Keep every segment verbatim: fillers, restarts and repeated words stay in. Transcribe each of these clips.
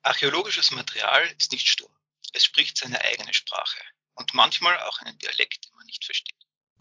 Archäologisches Material ist nicht stumm. Es spricht seine eigene Sprache und manchmal auch einen Dialekt, den man nicht versteht.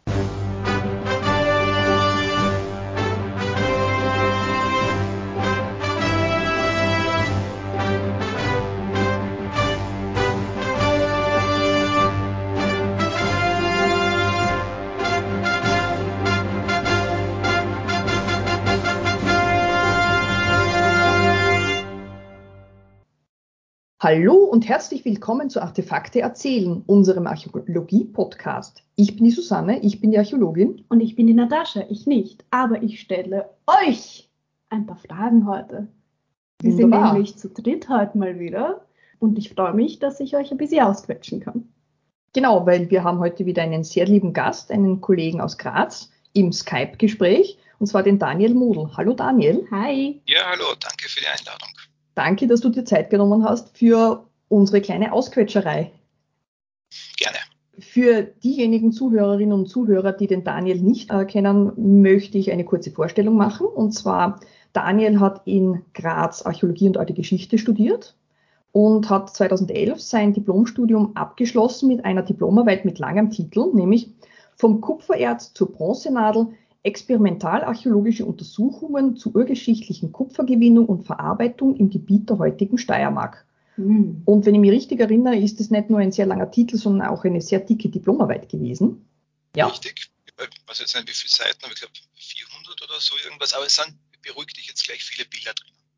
Hallo und herzlich willkommen zu Artefakte erzählen, unserem Archäologie-Podcast. Ich bin die Susanne, ich bin die Archäologin. Und ich bin die Natascha, ich nicht. Aber ich stelle euch ein paar Fragen heute. Wir sind Wunderbar. nämlich zu dritt heute mal wieder. Und ich freue mich, dass ich euch ein bisschen ausquetschen kann. Genau, weil wir haben heute wieder einen sehr lieben Gast, einen Kollegen aus Graz, im Skype-Gespräch, und zwar den Daniel Modl. Hallo Daniel. Hi. Ja, hallo, danke für die Einladung. Danke, dass du dir Zeit genommen hast für unsere kleine Ausquetscherei. Gerne. Für diejenigen Zuhörerinnen und Zuhörer, die den Daniel nicht äh, kennen, möchte ich eine kurze Vorstellung machen. Und zwar, Daniel hat in Graz Archäologie und Alte Geschichte studiert und hat zweitausendelf sein Diplomstudium abgeschlossen mit einer Diplomarbeit mit langem Titel, nämlich Vom Kupfererz zur Bronzenadel, Experimentalarchäologische Untersuchungen zur urgeschichtlichen Kupfergewinnung und Verarbeitung im Gebiet der heutigen Steiermark. Hm. Und wenn ich mich richtig erinnere, ist es nicht nur ein sehr langer Titel, sondern auch eine sehr dicke Diplomarbeit gewesen. Ja. Richtig. Ich weiß jetzt nicht, wie viele Seiten, aber ich glaube vierhundert oder so irgendwas. Aber es sind, beruhigt dich jetzt gleich, viele Bilder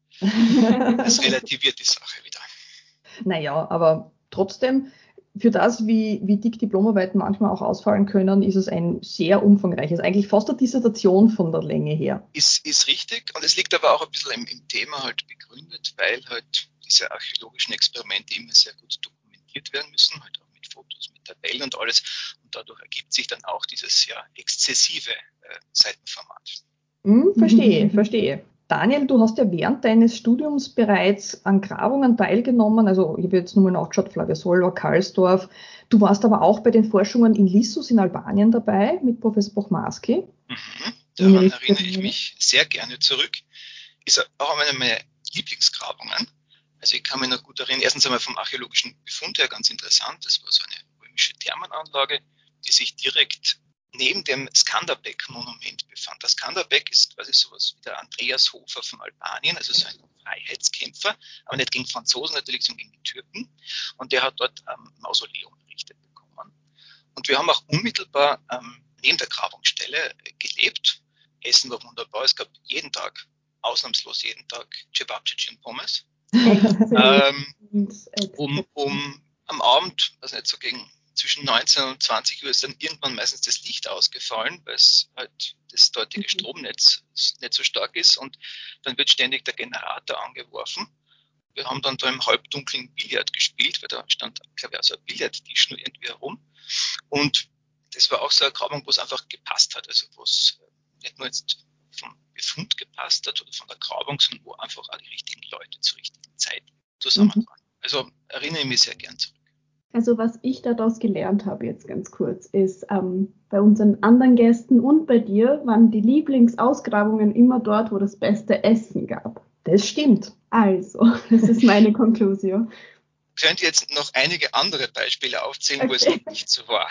drin. Das relativiert die Sache wieder. Naja, aber trotzdem, für das, wie, wie dick Diplomarbeiten manchmal auch ausfallen können, ist es ein sehr umfangreiches, eigentlich fast eine Dissertation von der Länge her. Ist, ist richtig, und es liegt aber auch ein bisschen im, im Thema halt begründet, weil halt diese archäologischen Experimente immer sehr gut dokumentiert werden müssen, halt auch mit Fotos, mit Tabellen und alles. Und dadurch ergibt sich dann auch dieses ja exzessive äh, Seitenformat. Hm, verstehe, verstehe. Daniel, du hast ja während deines Studiums bereits an Grabungen teilgenommen. Also ich habe jetzt nur mal nachgeschaut, Flaviasolva, Karlsdorf. Du warst aber auch bei den Forschungen in Lissus in Albanien dabei mit Professor Bochmarski. Mhm, daran erinnere ich mich sehr gerne zurück. Ist auch eine meiner Lieblingsgrabungen. Also ich kann mich noch gut erinnern, erstens einmal vom archäologischen Befund her ganz interessant. Das war so eine römische Thermenanlage, die sich direkt neben dem Skanderbeg-Monument befand. Das Skanderbeg ist quasi sowas wie der Andreas Hofer von Albanien, also so ein Freiheitskämpfer, aber nicht gegen Franzosen natürlich, sondern gegen die Türken. Und der hat dort ein ähm, Mausoleum errichtet bekommen. Und wir haben auch unmittelbar ähm, neben der Grabungsstelle äh, gelebt. Essen war wunderbar. Es gab jeden Tag, ausnahmslos jeden Tag, Cevapcici und Pommes. ähm, um, um am Abend, also nicht so gegen zwischen neunzehn und zwanzig Uhr ist dann irgendwann meistens das Licht ausgefallen, weil es halt das dortige Stromnetz nicht so stark ist, und dann wird ständig der Generator angeworfen. Wir haben dann da im halbdunklen Billard gespielt, weil da stand, glaube ich, auch so ein Billardtisch nur irgendwie herum. Und das war auch so eine Grabung, wo es einfach gepasst hat, also wo es nicht nur jetzt vom Befund gepasst hat oder von der Grabung, sondern wo einfach auch die richtigen Leute zur richtigen Zeit zusammen waren. Also erinnere ich mich sehr gern zurück. Also was ich daraus gelernt habe jetzt ganz kurz, ist ähm, bei unseren anderen Gästen und bei dir waren die Lieblingsausgrabungen immer dort, wo das beste Essen gab. Das stimmt. Also, das ist meine Konklusion. Ich könnte jetzt noch einige andere Beispiele aufzählen, okay, wo es noch nicht so war.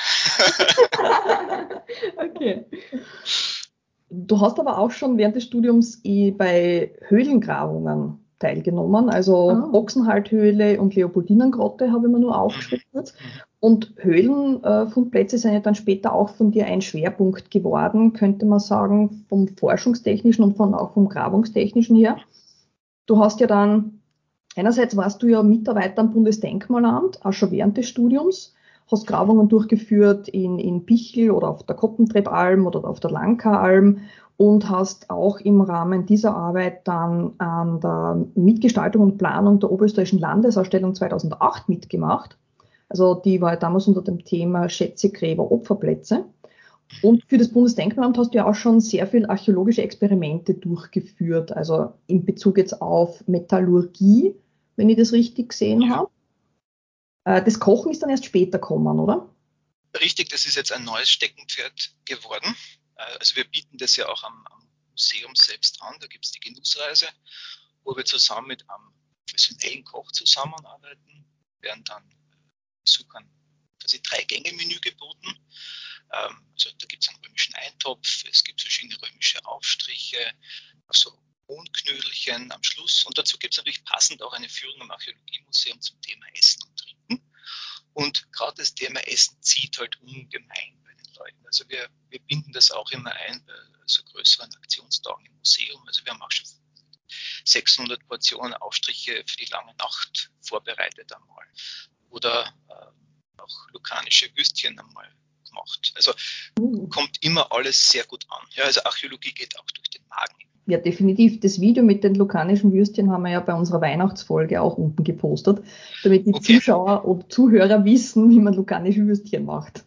Okay. Du hast aber auch schon während des Studiums bei Höhlengrabungen teilgenommen, also oh. Ochsenhalthöhle und Leopoldinengrotte habe ich mir nur aufgeschrieben. Mhm. Und Höhlenfundplätze sind ja dann später auch von dir ein Schwerpunkt geworden, könnte man sagen, vom forschungstechnischen und von, auch vom grabungstechnischen her. Du hast ja dann, einerseits warst du ja Mitarbeiter am Bundesdenkmalamt, auch schon während des Studiums, hast Grabungen durchgeführt in, in Pichel oder auf der Koppentreppalm oder auf der Langkaalm und hast auch im Rahmen dieser Arbeit dann an der Mitgestaltung und Planung der Oberösterreichischen Landesausstellung zweitausendacht mitgemacht. Also die war damals unter dem Thema Schätze, Gräber, Opferplätze. Und für das Bundesdenkmalamt hast du ja auch schon sehr viel archäologische Experimente durchgeführt, also in Bezug jetzt auf Metallurgie, wenn ich das richtig gesehen ja. habe. Das Kochen ist dann erst später gekommen, oder? Richtig, das ist jetzt ein neues Steckenpferd geworden. Also wir bieten das ja auch am, am Museum selbst an. Da gibt es die Genussreise, wo wir zusammen mit einem professionellen Koch zusammenarbeiten, werden dann Besuchern quasi Drei-Gänge-Menü geboten. Ähm, also da gibt es einen römischen Eintopf, es gibt verschiedene römische Aufstriche, also Mohnknödelchen am Schluss. Und dazu gibt es natürlich passend auch eine Führung im Archäologiemuseum zum Thema Essen und Trinken. Und gerade das Thema Essen zieht halt ungemein bei den Leuten. Also wir, wir binden das auch immer ein bei so größeren Aktionstagen im Museum. Also wir haben auch schon sechshundert Portionen Aufstriche für die lange Nacht vorbereitet einmal. Oder äh, auch lukanische Würstchen einmal gemacht. Also uh. kommt immer alles sehr gut an. Ja, also Archäologie geht auch durch den Magen. Ja, definitiv. Das Video mit den lukanischen Würstchen haben wir ja bei unserer Weihnachtsfolge auch unten gepostet, damit die okay. Zuschauer und Zuhörer wissen, wie man lukanische Würstchen macht.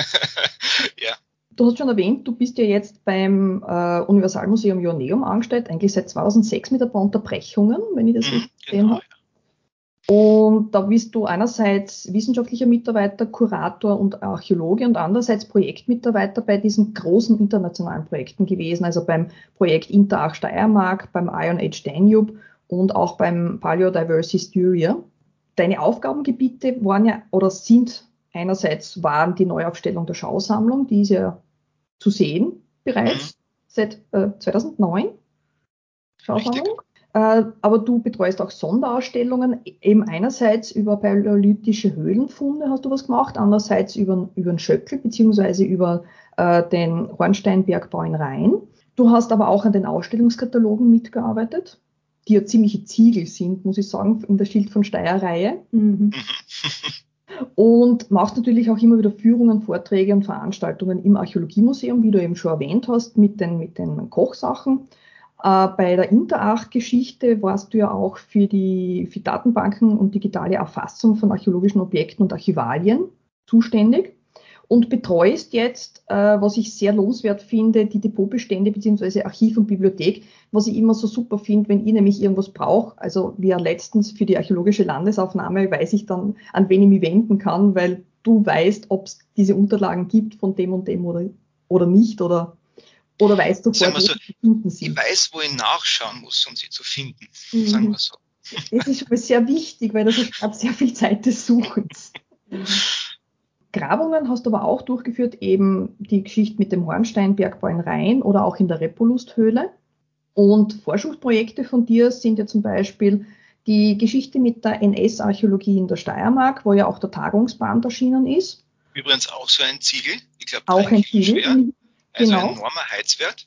Ja. Du hast schon erwähnt, du bist ja jetzt beim äh, Universalmuseum Joanneum angestellt, eigentlich seit zweitausendsechs mit ein paar Unterbrechungen, wenn ich das mhm, richtig gesehen genau, habe. Ja. Und da bist du einerseits wissenschaftlicher Mitarbeiter, Kurator und Archäologe und andererseits Projektmitarbeiter bei diesen großen internationalen Projekten gewesen, also beim Projekt Interarch Steiermark, beim Iron Age Danube und auch beim Paleodiversity Styria. Deine Aufgabengebiete waren ja oder sind einerseits waren die Neuaufstellung der Schausammlung, die ist ja zu sehen bereits mhm. seit äh, zweitausendneun. Schausammlung. Richtig. Aber du betreust auch Sonderausstellungen, eben einerseits über paläolithische Höhlenfunde hast du was gemacht, andererseits über, über den Schöckl beziehungsweise über äh, den Hornsteinbergbau in Rhein. Du hast aber auch an den Ausstellungskatalogen mitgearbeitet, die ja ziemliche Ziegel sind, muss ich sagen, in der Schild von Steyr-Reihe. Mhm. Und machst natürlich auch immer wieder Führungen, Vorträge und Veranstaltungen im Archäologiemuseum, wie du eben schon erwähnt hast, mit den, mit den Kochsachen. Äh, bei der Interarch-Geschichte warst du ja auch für die für Datenbanken und digitale Erfassung von archäologischen Objekten und Archivalien zuständig und betreust jetzt, äh, was ich sehr lohnenswert finde, die Depotbestände bzw. Archiv und Bibliothek, was ich immer so super finde, wenn ich nämlich irgendwas brauche. Also wie ja letztens für die archäologische Landesaufnahme weiß ich dann, an wen ich mich wenden kann, weil du weißt, ob es diese Unterlagen gibt von dem und dem oder, oder nicht oder Oder weißt du, sagen wir so, zu finden sind? Ich weiß, wo ich nachschauen muss, um sie zu finden. Mhm. Sagen wir so. Das ist schon mal sehr wichtig, weil das erspart sehr viel Zeit des Suchens. Mhm. Grabungen hast du aber auch durchgeführt, eben die Geschichte mit dem Hornsteinbergbau in Rhein oder auch in der Reppolusthöhle. Und Forschungsprojekte von dir sind ja zum Beispiel die Geschichte mit der N S-Archäologie in der Steiermark, wo ja auch der Tagungsband erschienen ist. Übrigens auch so ein Ziegel, ich glaube auch ein Ziegel. Schwer. Also genau. ein enormer Heizwert.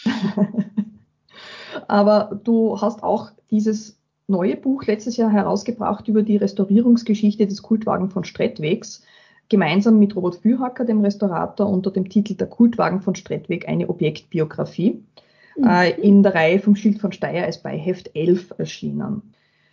Aber du hast auch dieses neue Buch letztes Jahr herausgebracht über die Restaurierungsgeschichte des Kultwagen von Strettwegs, gemeinsam mit Robert Fühacker, dem Restaurator, unter dem Titel Der Kultwagen von Strettweg, eine Objektbiografie, mhm. äh, in der Reihe vom Schild von Steyr als Beiheft elf erschienen.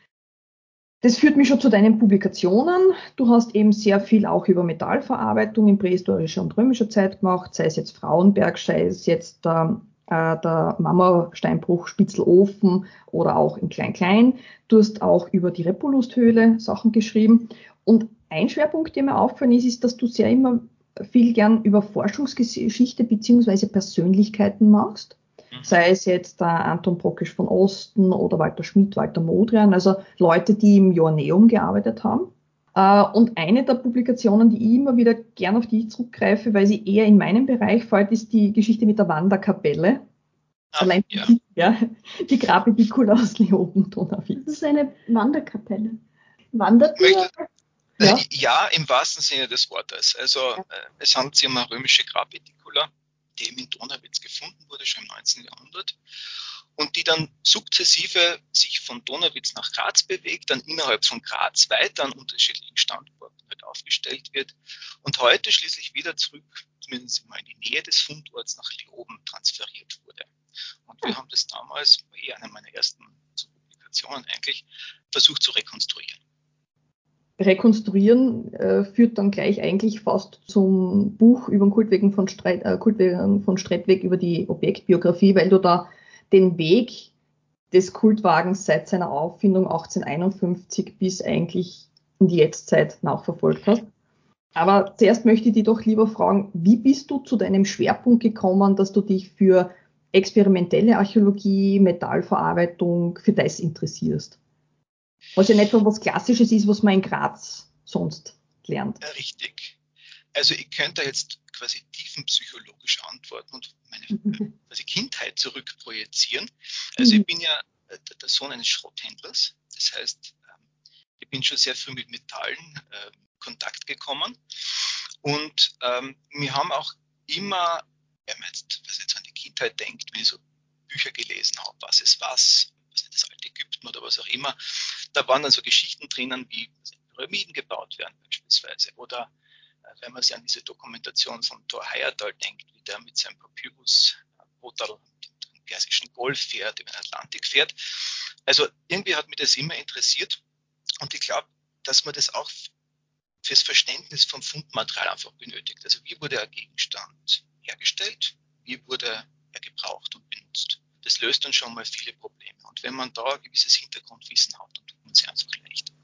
Das führt mich schon zu deinen Publikationen. Du hast eben sehr viel auch über Metallverarbeitung in prähistorischer und römischer Zeit gemacht, sei es jetzt Frauenberg, sei es jetzt der, äh, der Marmorsteinbruch Spitzelofen oder auch in Klein-Klein. Du hast auch über die Reppolusthöhle Sachen geschrieben. Und ein Schwerpunkt, der mir aufgefallen ist, ist, dass du sehr immer viel gern über Forschungsgeschichte bzw. Persönlichkeiten machst. Sei es jetzt der Anton Brockisch von Osten oder Walter Schmidt, Walter Modrian, also Leute, die im Joanneum gearbeitet haben. Und eine der Publikationen, die ich immer wieder gern auf die zurückgreife, weil sie eher in meinem Bereich fällt, ist die Geschichte mit der Wanderkapelle. Ach, Allein ja. Die, ja, die Grabedicula aus Leoben-Donauwitz. Das ist eine Wanderkapelle. Wandert ihr? Ja. ja, im wahrsten Sinne des Wortes. Also ja. Es handelt sich um eine römische Grabedicula, die eben in Donauwitz gefunden wurde, schon im neunzehnten Jahrhundert, und die dann sukzessive sich von Donauwitz nach Graz bewegt, dann innerhalb von Graz weiter an unterschiedlichen Standorten halt aufgestellt wird und heute schließlich wieder zurück, zumindest mal in die Nähe des Fundorts, nach Leoben transferiert wurde. Und wir haben das damals, war eh eine meiner ersten Publikationen eigentlich, versucht zu rekonstruieren. Rekonstruieren äh, führt dann gleich eigentlich fast zum Buch über den Kultwagen von, Streit, äh, Kultwagen von Strettweg über die Objektbiografie, weil du da den Weg des Kultwagens seit seiner Auffindung achtzehnhunderteinundfünfzig bis eigentlich in die Jetztzeit nachverfolgt hast. Aber zuerst möchte ich dich doch lieber fragen, wie bist du zu deinem Schwerpunkt gekommen, dass du dich für experimentelle Archäologie, Metallverarbeitung, für das interessierst? Was ja nicht so was Klassisches ist, was man in Graz sonst lernt. Ja, richtig. Also ich könnte jetzt quasi tiefenpsychologisch antworten und meine mhm. quasi Kindheit zurückprojizieren. Also mhm. ich bin ja der Sohn eines Schrotthändlers. Das heißt, ich bin schon sehr früh mit Metallen äh, in Kontakt gekommen. Und ähm, wir haben auch immer, wenn man jetzt, was jetzt an die Kindheit denkt, wenn ich so Bücher gelesen habe, was ist was, was ist das alte Ägypten oder was auch immer, da waren dann so Geschichten drinnen, wie Pyramiden gebaut werden beispielsweise. Oder äh, wenn man sich an diese Dokumentation von Thor Heyerdahl denkt, wie der mit seinem Papyrus-Botal den Persischen Golf fährt, über den Atlantik fährt. Also irgendwie hat mich das immer interessiert. Und ich glaube, dass man das auch fürs Verständnis vom Fundmaterial einfach benötigt. Also wie wurde ein Gegenstand hergestellt, wie wurde er gebraucht und benutzt. Das löst dann schon mal viele Probleme. Und wenn man da ein gewisses Hintergrundwissen hat, dann tut man es einfach leicht.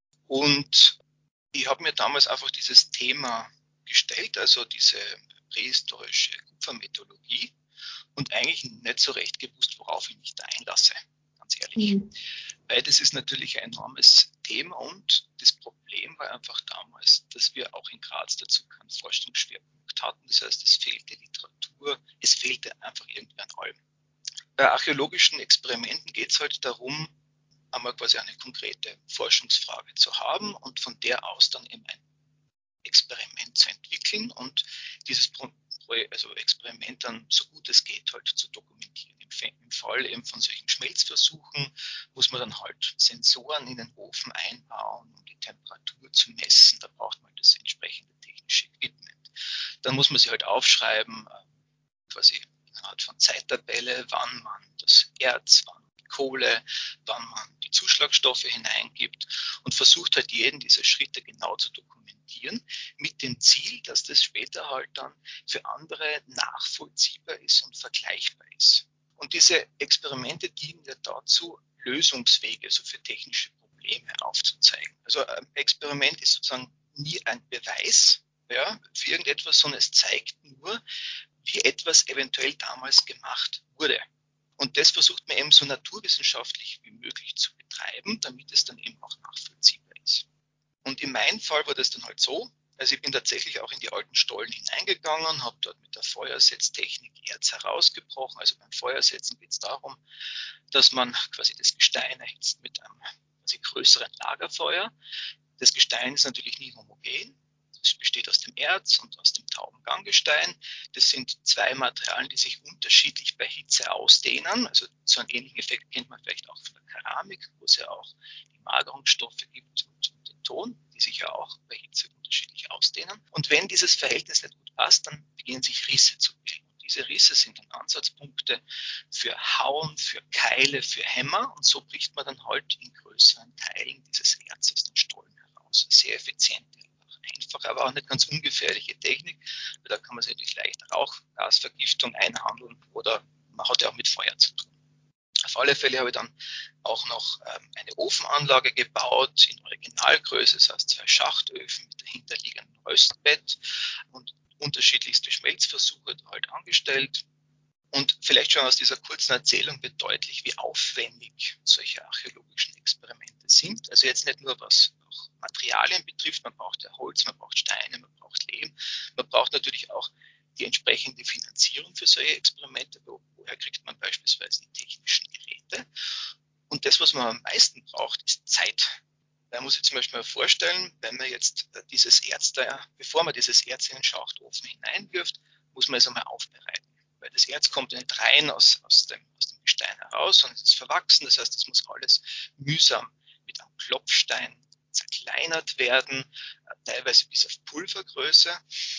Und ich habe mir damals einfach dieses Thema gestellt, also diese prähistorische Kupfermetallurgie, und eigentlich nicht so recht gewusst, worauf ich mich da einlasse, ganz ehrlich. Mhm. Weil das ist natürlich ein enormes Thema und das Problem war einfach damals, dass wir auch in Graz dazu keinen Forschungsschwerpunkt hatten. Das heißt, es fehlte Literatur, es fehlte einfach irgendwie an allem. Bei archäologischen Experimenten geht es halt darum, einmal quasi eine konkrete Forschungsfrage zu haben und von der aus dann eben ein Experiment zu entwickeln und dieses also Experiment dann so gut es geht halt zu dokumentieren. Im Fall eben von solchen Schmelzversuchen muss man dann halt Sensoren in den Ofen einbauen, um die Temperatur zu messen. Da braucht man das entsprechende technische Equipment. Dann muss man sich halt aufschreiben, quasi in einer Art von Zeittabelle, wann man das Erz, wann man die Kohle, wann man die Zuschlagstoffe hineingibt und versucht halt jeden dieser Schritte genau zu dokumentieren, mit dem Ziel, dass das später halt dann für andere nachvollziehbar ist und vergleichbar ist. Und diese Experimente dienen ja dazu, Lösungswege so für technische Probleme aufzuzeigen. Also ein Experiment ist sozusagen nie ein Beweis, ja, für irgendetwas, sondern es zeigt nur, wie etwas eventuell damals gemacht wurde. Und das versucht man eben so naturwissenschaftlich wie möglich zu betreiben, damit es dann eben auch nachvollziehbar ist. Und in meinem Fall war das dann halt so, also ich bin tatsächlich auch in die alten Stollen hineingegangen, habe dort mit der Feuersetztechnik Erz herausgebrochen. Also beim Feuersetzen geht es darum, dass man quasi das Gestein erhitzt mit einem quasi größeren Lagerfeuer. Das Gestein ist natürlich nie homogen. Es besteht aus dem Erz und aus dem Taubenganggestein. Das sind zwei Materialien, die sich unterschiedlich bei Hitze ausdehnen. Also so einen ähnlichen Effekt kennt man vielleicht auch von der Keramik, wo es ja auch die Magerungsstoffe gibt und den Ton, die sich ja auch bei Hitze unterschiedlich ausdehnen. Und wenn dieses Verhältnis nicht gut passt, dann beginnen sich Risse zu bilden. Und diese Risse sind dann Ansatzpunkte für Hauen, für Keile, für Hämmer. Und so bricht man dann halt in größeren Teilen dieses Erz aus den Stollen heraus. Sehr effiziente, einfache, aber auch nicht ganz ungefährliche Technik. Da kann man sich natürlich leicht Rauchgasvergiftung einhandeln oder man hat ja auch mit Feuer zu tun. Auf alle Fälle habe ich dann auch noch ähm, eine Ofenanlage gebaut in Originalgröße, das heißt zwei Schachtöfen mit dahinterliegendem Röstbett und unterschiedlichste Schmelzversuche halt angestellt. Und vielleicht schon aus dieser kurzen Erzählung wird deutlich, wie aufwendig solche archäologischen Experimente sind. Also jetzt nicht nur was auch Materialien betrifft, man braucht ja Holz, man braucht Steine, man braucht Lehm, man braucht natürlich auch die entsprechende Finanzierung für solche Experimente. Woher kriegt man beispielsweise die technischen Geräte? Und das, was man am meisten braucht, ist Zeit. Man muss sich zum Beispiel mal vorstellen, wenn man jetzt dieses Erz da, bevor man dieses Erz in den Schachtofen hineinwirft, muss man es einmal aufbereiten. Weil das Erz kommt ja nicht rein aus, aus, dem, aus dem Gestein heraus, sondern es ist verwachsen. Das heißt, es muss alles mühsam mit einem Klopfstein zerkleinert werden, teilweise bis auf Pulvergröße.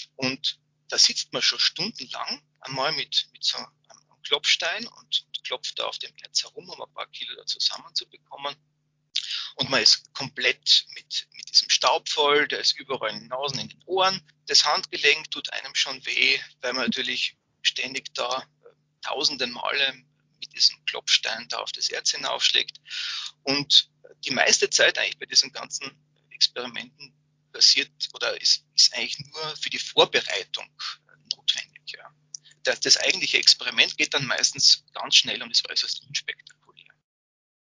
Und da sitzt man schon stundenlang einmal mit, mit so einem Klopfstein und, und klopft da auf dem Erz herum, um ein paar Kilo da zusammenzubekommen. Und man ist komplett mit, mit diesem Staub voll, der ist überall in den Nasen, in den Ohren. Das Handgelenk tut einem schon weh, weil man natürlich ständig da äh, tausende Male mit diesem Klopfstein da auf das Erz hinaufschlägt. Und die meiste Zeit eigentlich bei diesen ganzen Experimenten passiert oder ist, ist eigentlich nur für die Vorbereitung äh, notwendig. Ja. Das, das eigentliche Experiment geht dann meistens ganz schnell und ist äußerst unspektakulär.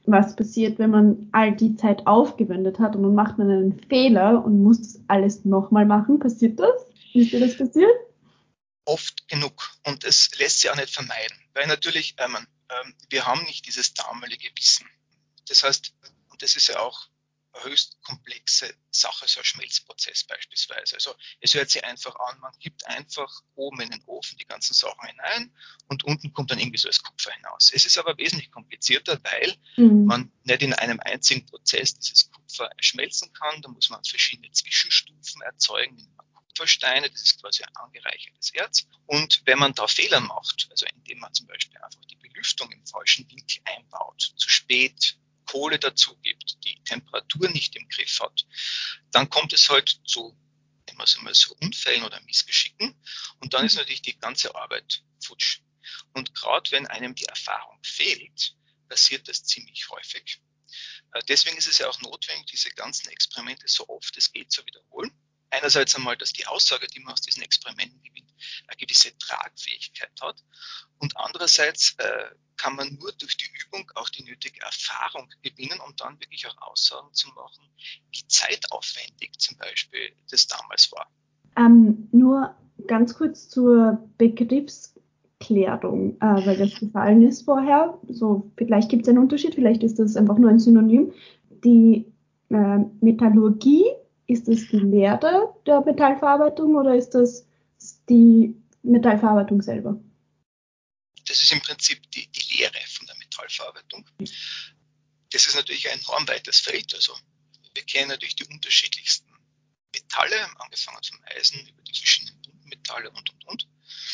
was passiert, wenn man all die Zeit aufgewendet hat und dann macht man einen Fehler und muss das alles nochmal machen? Passiert das? Ist dir das passiert? Oft genug. Und es lässt sich auch nicht vermeiden. Weil natürlich, ähm, ähm, wir haben nicht dieses damalige Wissen. Das heißt, und das ist ja auch eine höchst komplexe Sache, so ein Schmelzprozess beispielsweise. Also es hört sich einfach an, man gibt einfach oben in den Ofen die ganzen Sachen hinein und unten kommt dann irgendwie so das Kupfer hinaus. Es ist aber wesentlich komplizierter, weil mhm. man nicht in einem einzigen Prozess dieses Kupfer schmelzen kann. Da muss man verschiedene Zwischenstufen erzeugen, Kupfersteine, das ist quasi ein angereichertes Erz. Und wenn man da Fehler macht, also indem man zum Beispiel einfach die Belüftung im falschen Winkel einbaut, zu spät Kohle dazu gibt, die Temperatur nicht im Griff hat, dann kommt es halt zu immer so, mal so Unfällen oder Missgeschicken und dann ist natürlich die ganze Arbeit futsch. Und gerade wenn einem die Erfahrung fehlt, passiert das ziemlich häufig. Deswegen ist es ja auch notwendig, diese ganzen Experimente so oft es geht zu wiederholen. Einerseits einmal, dass die Aussage, die man aus diesen Experimenten gewinnt, eine gewisse Tragfähigkeit hat. Und andererseits äh, kann man nur durch die Übung auch die nötige Erfahrung gewinnen, um dann wirklich auch Aussagen zu machen, wie zeitaufwendig zum Beispiel das damals war. Ähm, nur ganz kurz zur Begriffsklärung, äh, weil das gefallen ist vorher. So, vielleicht gibt es einen Unterschied, vielleicht ist das einfach nur ein Synonym. Die äh, Metallurgie, ist das die Lehre der Metallverarbeitung oder ist das die Metallverarbeitung selber? Das ist im Prinzip die, die Lehre von der Metallverarbeitung. Das ist natürlich ein enorm weites Feld. Also wir kennen natürlich die unterschiedlichsten Metalle, angefangen vom Eisen über die verschiedenen Metalle und, und, und.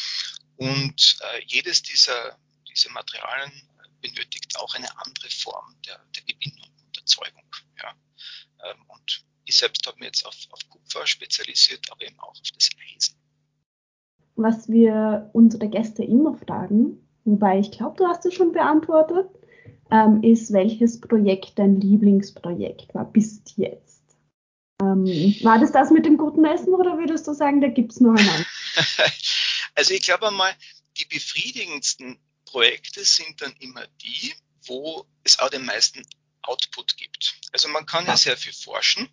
Und äh, jedes dieser, dieser Materialien benötigt auch eine andere Form der, der Gewinnung und Erzeugung. Ja. Ähm, und ich selbst habe mich jetzt auf, auf Kupfer spezialisiert, aber eben auch auf das Eisen. Was wir unsere Gäste immer fragen, wobei ich glaube, du hast es schon beantwortet, ähm, ist, welches Projekt dein Lieblingsprojekt war bis jetzt? Ähm, war das das mit dem guten Essen oder würdest du sagen, da gibt es noch ein anderes? Also ich glaube einmal, die befriedigendsten Projekte sind dann immer die, wo es auch den meisten Output gibt. Also man kann ja sehr viel forschen,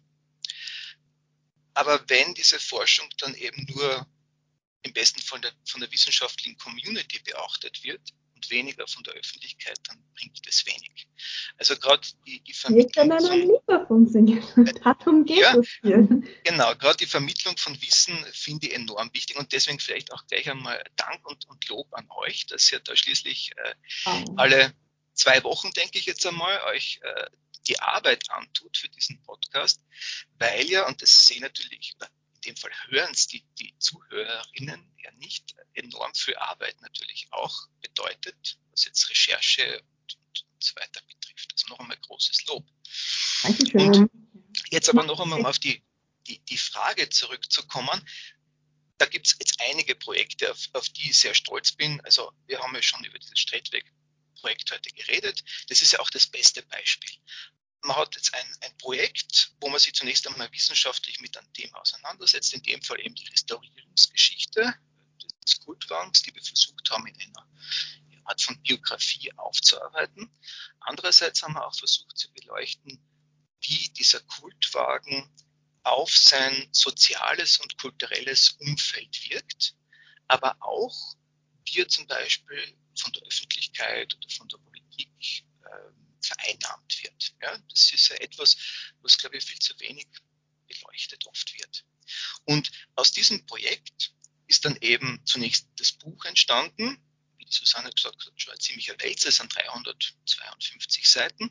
aber wenn diese Forschung dann eben nur im besten Fall der, von der wissenschaftlichen Community beachtet wird und weniger von der Öffentlichkeit, dann bringt es wenig. Also gerade die, die Vermittlung... Wir können ein Lied davon singen. Darum geht ja, es hier. Genau, gerade die Vermittlung von Wissen finde ich enorm wichtig und deswegen vielleicht auch gleich einmal Dank und, und Lob an euch, dass ihr da schließlich äh, oh. alle zwei Wochen, denke ich jetzt einmal, euch äh, die Arbeit antut für diesen Podcast, weil ja, und das sehen natürlich, oder in dem Fall hören es die, die Zuhörerinnen ja nicht, enorm viel Arbeit natürlich auch bedeutet, was jetzt Recherche und, und, und so weiter betrifft. Also noch einmal großes Lob. Dankeschön. Und jetzt aber noch einmal auf die, die, die Frage zurückzukommen. Da gibt es jetzt einige Projekte, auf, auf die ich sehr stolz bin. Also wir haben ja schon über dieses Strätweg-Projekt heute geredet. Das ist ja auch das beste Beispiel. Man hat jetzt ein, ein Projekt, wo man sich zunächst einmal wissenschaftlich mit einem Thema auseinandersetzt, in dem Fall eben die Restaurierungsgeschichte des Kultwagens, die wir versucht haben, in einer Art von Biografie aufzuarbeiten. Andererseits haben wir auch versucht zu beleuchten, wie dieser Kultwagen auf sein soziales und kulturelles Umfeld wirkt, aber auch, wie er zum Beispiel von der Öffentlichkeit oder von der Politik äh, vereinnahmt wird. Ja, das ist ja etwas, was, glaube ich, viel zu wenig beleuchtet oft wird. Und aus diesem Projekt ist dann eben zunächst das Buch entstanden, wie die Susanne gesagt hat, schon ein ziemlicher Wälzer, es sind dreihundertzweiundfünfzig Seiten,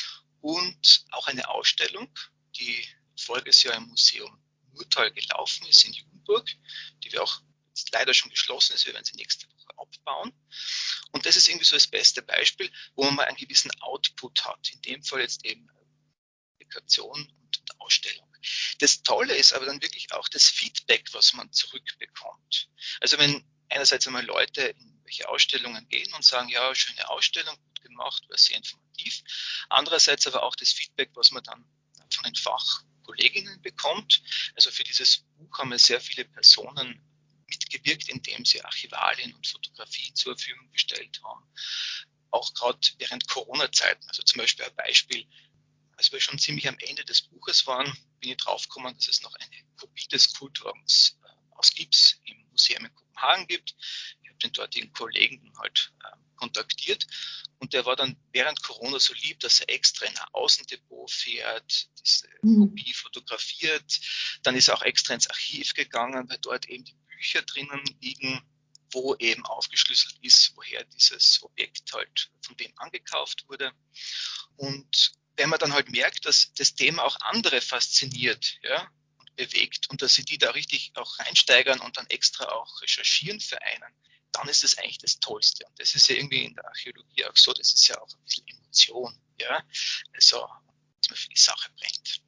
und auch eine Ausstellung, die voriges Jahr im Museum Murtal gelaufen ist in Judenburg, die wir auch jetzt leider schon geschlossen ist, wir werden sie nächste Woche abbauen. Und das ist irgendwie so das beste Beispiel, wo man mal einen gewissen Output hat, in dem Fall jetzt eben Publikation und Ausstellung. Das Tolle ist aber dann wirklich auch das Feedback, was man zurückbekommt. Also wenn einerseits einmal Leute in welche Ausstellungen gehen und sagen, ja, schöne Ausstellung, gut gemacht, war sehr informativ. Andererseits aber auch das Feedback, was man dann von den Fachkolleginnen bekommt. Also für dieses Buch haben wir sehr viele Personen mitgewirkt, indem sie Archivalien und Fotografien zur Verfügung gestellt haben. auch gerade während Corona-Zeiten. Also zum Beispiel ein Beispiel, als wir schon ziemlich am Ende des Buches waren, bin ich draufgekommen, dass es noch eine Kopie des Kultwagens äh, aus Gips im Museum in Kopenhagen gibt. Ich habe den dortigen Kollegen halt äh, kontaktiert und der war dann während Corona so lieb, dass er extra in ein Außendepot fährt, diese mhm. Kopie fotografiert. Dann ist er auch extra ins Archiv gegangen, weil dort eben die Bücher drinnen liegen, wo eben aufgeschlüsselt ist, woher dieses Objekt halt von wem angekauft wurde. Und wenn man dann halt merkt, dass das Thema auch andere fasziniert, ja, und bewegt und dass sie die da richtig auch reinsteigern und dann extra auch recherchieren für einen, dann ist das eigentlich das Tollste. Und das ist ja irgendwie in der Archäologie auch so, das ist ja auch ein bisschen Emotion, ja, also, dass man für die Sache brennt.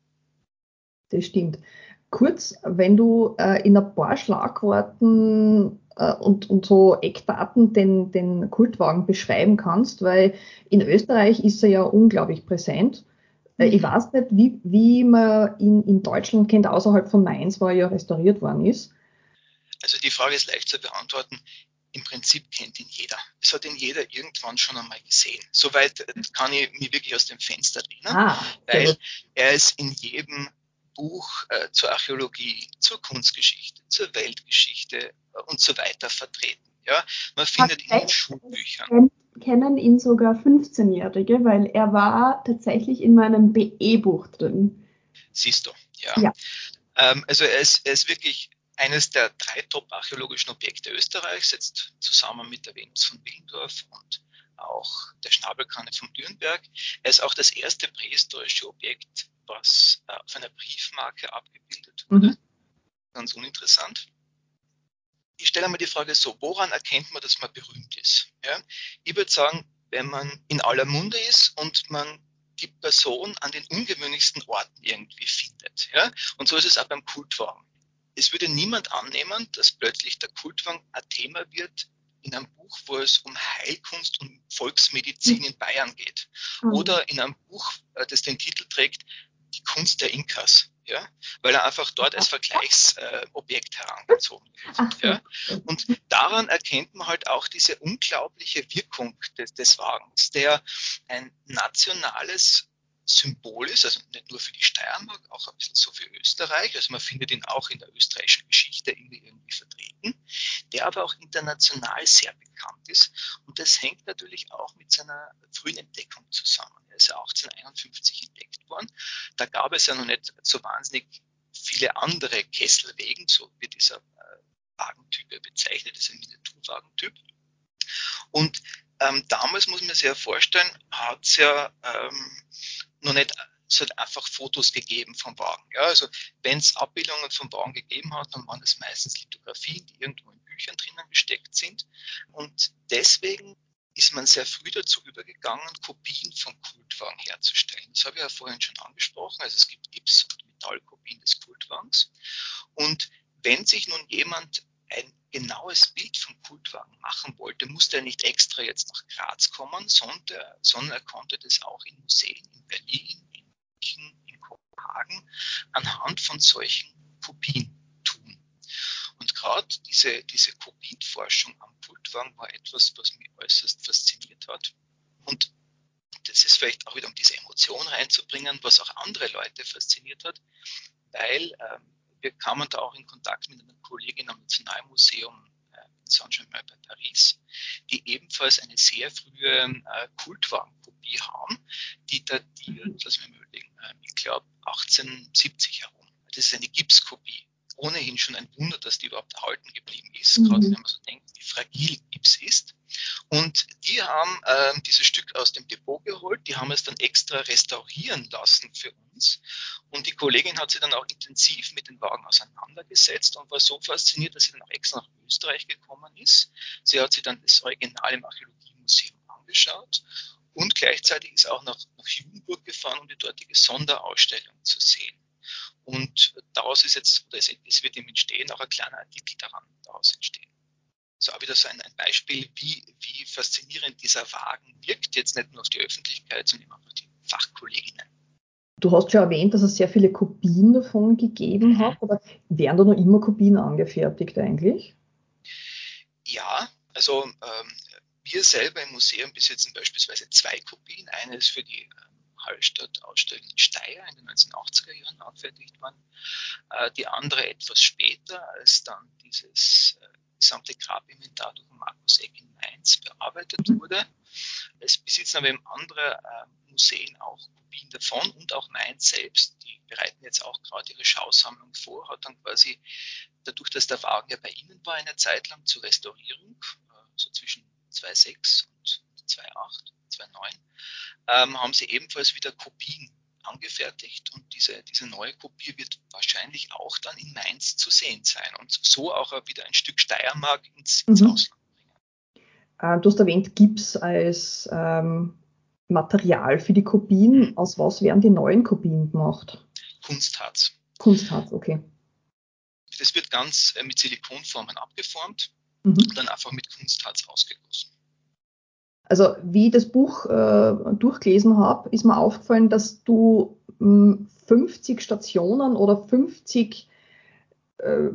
Das stimmt. Kurz, wenn du äh, in ein paar Schlagworten äh, und, und so Eckdaten den, den Kultwagen beschreiben kannst, weil in Österreich ist er ja unglaublich präsent. Äh, mhm. Ich weiß nicht, wie, wie man ihn in Deutschland kennt, außerhalb von Mainz, wo er ja restauriert worden ist. Also die Frage ist leicht zu beantworten. Im Prinzip kennt ihn jeder. Es hat ihn jeder irgendwann schon einmal gesehen. Soweit kann ich mich wirklich aus dem Fenster lehnen, ah, weil er ist in jedem Buch äh, zur Archäologie, zur Kunstgeschichte, zur Weltgeschichte äh, und so weiter vertreten. Ja, man findet ihn in Schulbüchern. Kennen ihn sogar fünfzehnjährige, weil er war tatsächlich in meinem B E-Buch drin. Siehst du, ja. ja. Ähm, also er ist, er ist wirklich eines der drei Top-archäologischen Objekte Österreichs, jetzt zusammen mit der Venus von Willendorf und auch der Schnabelkanne von Dürnberg. Er ist auch das erste prähistorische Objekt, was äh, auf einer Briefmarke abgebildet wurde. Mhm. Ganz uninteressant. Ich stelle einmal die Frage so, woran erkennt man, dass man berühmt ist? Ja? Ich würde sagen, wenn man in aller Munde ist und man die Person an den ungewöhnlichsten Orten irgendwie findet. Ja? Und so ist es auch beim Kultwagen. Es würde niemand annehmen, dass plötzlich der Kultwagen ein Thema wird in einem Buch, wo es um Heilkunst und Volksmedizin in Bayern geht. Mhm. Oder in einem Buch, das den Titel trägt, die Kunst der Inkas. Ja? Weil er einfach dort als Vergleichsobjekt äh, herangezogen wird. So. Ja? Und daran erkennt man halt auch diese unglaubliche Wirkung des, des Wagens, der ein nationales Symbol ist, also nicht nur für die Steiermark, auch ein bisschen so für Österreich, also man findet ihn auch in der österreichischen Geschichte irgendwie, irgendwie vertreten, der aber auch international sehr bekannt ist und das hängt natürlich auch mit seiner frühen Entdeckung zusammen. Er ist ja achtzehnhunderteinundfünfzig entdeckt worden, da gab es ja noch nicht so wahnsinnig viele andere Kesselwegen, so wird dieser äh, Wagentyp bezeichnet, dieser Miniaturwagentyp. Und ähm, damals, muss man sich ja vorstellen, hat es ja ähm, noch nicht so einfach Fotos gegeben vom Wagen. Ja, also wenn es Abbildungen vom Wagen gegeben hat, dann waren das meistens Lithografien, die irgendwo in Büchern drinnen gesteckt sind. Und deswegen ist man sehr früh dazu übergegangen, Kopien vom Kultwagen herzustellen. Das habe ich ja vorhin schon angesprochen. Also es gibt Gips- und Metallkopien des Kultwagens. Und wenn sich nun jemand ein genaues Bild vom Kultwagen machen wollte, musste er nicht extra jetzt nach Graz kommen, sondern, sondern er konnte das auch in Museen in Berlin, in München, in Kopenhagen anhand von solchen Kopien tun. Und gerade diese, diese Kopienforschung am Kultwagen war etwas, was mich äußerst fasziniert hat. Und das ist vielleicht auch wieder, um diese Emotion reinzubringen, was auch andere Leute fasziniert hat, weil ähm, wir kamen da auch in Kontakt mit einer Kollegin am Nationalmuseum äh, in Saint-Germain bei Paris, die ebenfalls eine sehr frühe äh, Kultwagenkopie haben, die datiert, lass mich mal überlegen, äh, ich glaube achtzehnhundertsiebzig herum. Das ist eine Gipskopie. Ohnehin schon ein Wunder, dass die überhaupt erhalten geblieben ist, mhm. gerade wenn man so denkt, wie fragil Gips ist. Und die haben äh, dieses Stück aus dem Depot geholt, die haben es dann extra restaurieren lassen für uns. Und die Kollegin hat sich dann auch intensiv mit den Wagen auseinandergesetzt und war so fasziniert, dass sie dann auch extra nach Österreich gekommen ist. Sie hat sich dann das Original im Archäologiemuseum angeschaut und gleichzeitig ist auch nach, nach Judenburg gefahren, um die dortige Sonderausstellung zu sehen. Und daraus ist jetzt, oder es wird im Entstehen auch ein kleiner Artikel daran daraus entstehen. So auch wieder so ein, ein Beispiel, wie, wie faszinierend dieser Wagen wirkt, jetzt nicht nur auf die Öffentlichkeit, sondern auch auf die Fachkolleginnen. Du hast schon erwähnt, dass es sehr viele Kopien davon gegeben mhm. hat, aber werden da noch immer Kopien angefertigt eigentlich? Ja, also ähm, wir selber im Museum besitzen beispielsweise zwei Kopien. Eine ist für die Hallstatt-Ausstellung in Steyr in den neunzehnhundertachtziger Jahren angefertigt worden. Äh, die andere etwas später, als dann dieses äh, gesamte Grabinventar durch Markus Eck in Mainz bearbeitet wurde. Es besitzen aber eben andere äh, Museen auch Kopien davon und auch Mainz selbst. Die bereiten jetzt auch gerade ihre Schausammlung vor, hat dann quasi, dadurch, dass der Wagen ja bei ihnen war eine Zeit lang zur Restaurierung, äh, so zwischen zweitausendsechs und zweitausendacht, zweitausendneun, ähm, haben sie ebenfalls wieder Kopien angefertigt und diese, diese neue Kopie wird wahrscheinlich auch dann in Mainz zu sehen sein und so auch wieder ein Stück Steiermark ins, ins Mhm. Ausland bringen. Äh, du hast erwähnt, Gips als ähm, Material für die Kopien. Aus was werden die neuen Kopien gemacht? Kunstharz. Kunstharz, okay. Das wird ganz äh, mit Silikonformen abgeformt Mhm. und dann einfach mit Kunstharz ausgegossen. Also wie ich das Buch äh, durchgelesen habe, ist mir aufgefallen, dass du mh, fünfzig Stationen oder fünfzig äh,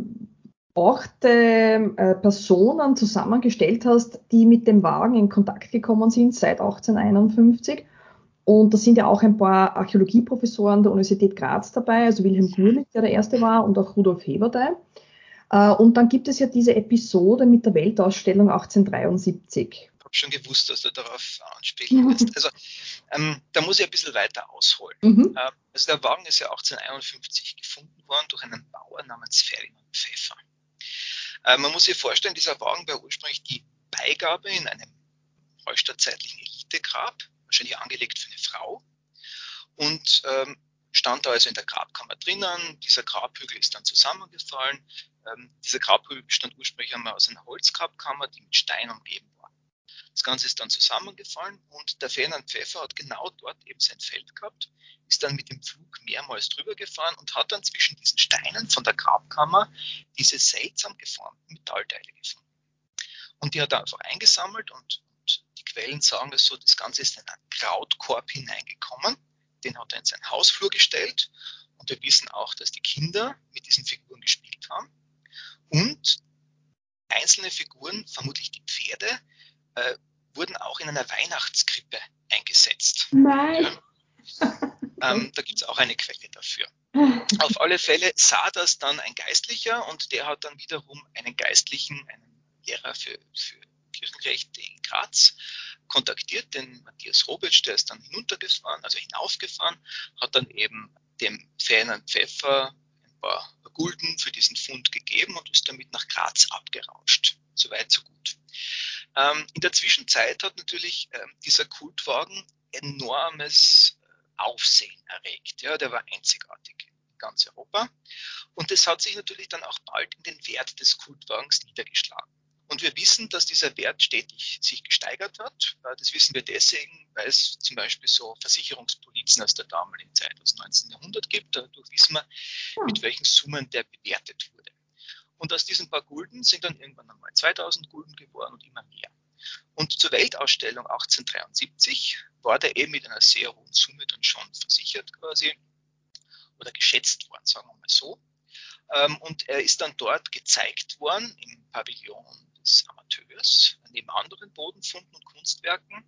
Orte, äh, Personen zusammengestellt hast, die mit dem Wagen in Kontakt gekommen sind seit achtzehnhunderteinundfünfzig. Und da sind ja auch ein paar Archäologieprofessoren der Universität Graz dabei, also Wilhelm Gurlick, der der erste war, und auch Rudolf Heberday. Äh, und dann gibt es ja diese Episode mit der Weltausstellung achtzehnhundertdreiundsiebzig. Ich habe schon gewusst, dass du darauf anspielen wirst. Also ähm, da muss ich ein bisschen weiter ausholen. Mhm. Ähm, also der Wagen ist ja achtzehnhunderteinundfünfzig gefunden worden durch einen Bauer namens Ferdinand Pfeffer. Äh, man muss sich vorstellen, dieser Wagen war ursprünglich die Beigabe in einem hallstattzeitlichen Elitegrab, wahrscheinlich angelegt für eine Frau, und ähm, stand da also in der Grabkammer drinnen. Dieser Grabhügel ist dann zusammengefallen. Ähm, dieser Grabhügel bestand ursprünglich einmal aus einer Holzgrabkammer, die mit Stein umgeben war. Das Ganze ist dann zusammengefallen und der Ferdinand Pfeffer hat genau dort eben sein Feld gehabt, ist dann mit dem Pflug mehrmals drüber gefahren und hat dann zwischen diesen Steinen von der Grabkammer diese seltsam geformten Metallteile gefunden. Und die hat er einfach eingesammelt und, und die Quellen sagen es so, das Ganze ist in einen Krautkorb hineingekommen, den hat er in seinen Hausflur gestellt und wir wissen auch, dass die Kinder mit diesen Figuren gespielt haben und einzelne Figuren, vermutlich die Pferde, äh, wurden auch in einer Weihnachtskrippe eingesetzt. Nein. Ja. Ähm, da gibt es auch eine Quelle dafür. Auf alle Fälle sah das dann ein Geistlicher und der hat dann wiederum einen Geistlichen, einen Lehrer für, für Kirchenrecht in Graz, kontaktiert, den Matthias Robitsch, der ist dann hinuntergefahren, also hinaufgefahren, hat dann eben dem Ferdinand Pfeffer ein paar Gulden für diesen Fund gegeben und ist damit nach Graz abgerauscht. Soweit, so gut. Ähm, in der Zwischenzeit hat natürlich ähm, dieser Kultwagen enormes Aufsehen erregt. Ja, der war einzigartig in ganz Europa. Und das hat sich natürlich dann auch bald in den Wert des Kultwagens niedergeschlagen. Und wir wissen, dass dieser Wert stetig sich gesteigert hat. Das wissen wir deswegen, weil es zum Beispiel so Versicherungspolizen aus der damaligen Zeit, aus dem neunzehnten Jahrhundert gibt. Dadurch wissen wir, mit welchen Summen der bewertet wurde. Und aus diesen paar Gulden sind dann irgendwann einmal zweitausend Gulden geworden und immer mehr. Und zur Weltausstellung achtzehnhundertdreiundsiebzig war der eben mit einer sehr hohen Summe dann schon versichert quasi oder geschätzt worden, sagen wir mal so. Und er ist dann dort gezeigt worden im Pavillon des Amateurs, neben anderen Bodenfunden und Kunstwerken.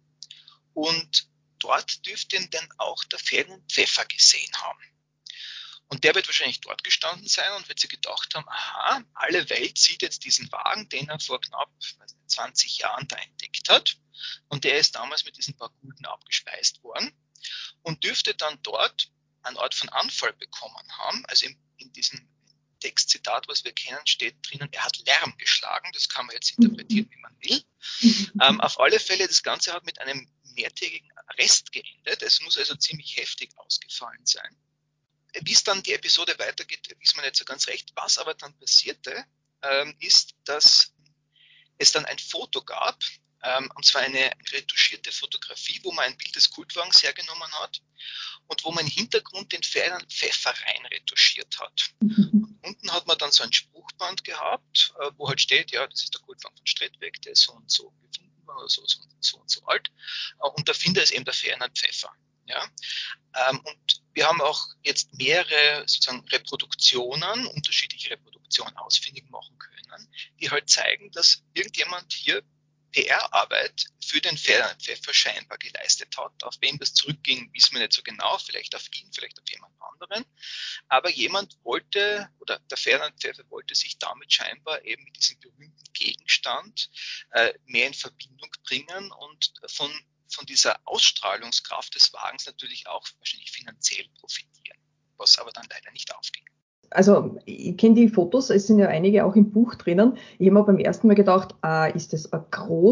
Und dort dürfte ihn dann auch der Ferdinand Pfeffer gesehen haben. Und der wird wahrscheinlich dort gestanden sein und wird sich gedacht haben, aha, alle Welt sieht jetzt diesen Wagen, den er vor knapp zwanzig Jahren da entdeckt hat. Und der ist damals mit diesen paar Gulden abgespeist worden und dürfte dann dort eine Art von Anfall bekommen haben. Also in, in diesem Textzitat, was wir kennen, steht drinnen, er hat Lärm geschlagen. Das kann man jetzt interpretieren, wie man will. Ähm, auf alle Fälle, das Ganze hat mit einem mehrtägigen Arrest geendet. Es muss also ziemlich heftig ausgefallen sein. Wie es dann die Episode weitergeht, wissen wir nicht so ganz recht. Was aber dann passierte, ähm, ist, dass es dann ein Foto gab, ähm, und zwar eine retuschierte Fotografie, wo man ein Bild des Kultwagens hergenommen hat und wo man im Hintergrund den Ferdinand Pfeffer rein retuschiert hat. Und unten hat man dann so ein Spruchband gehabt, äh, wo halt steht, ja, das ist der Kultwagen von Strettweg, der ist so und so gefunden worden, oder so, so, so und so alt. Äh, und der Finder ist eben der Ferdinand Pfeffer. Ja? Ähm, und wir haben auch jetzt mehrere sozusagen Reproduktionen, unterschiedliche Reproduktionen ausfindig machen können, die halt zeigen, dass irgendjemand hier P R-Arbeit für den Ferdinand Pfeffer scheinbar geleistet hat. Auf wem das zurückging, wissen wir nicht so genau. Vielleicht auf ihn, vielleicht auf jemand anderen. Aber jemand wollte, oder der Ferdinand Pfeffer wollte sich damit scheinbar eben mit diesem berühmten Gegenstand äh, mehr in Verbindung bringen und von, von dieser Ausstrahlungskraft des Wagens natürlich auch wahrscheinlich finanziell profitieren, was aber dann leider nicht aufging. Also ich kenne die Fotos, es sind ja einige auch im Buch drinnen. Ich habe mir beim ersten Mal gedacht, ah, ist das eine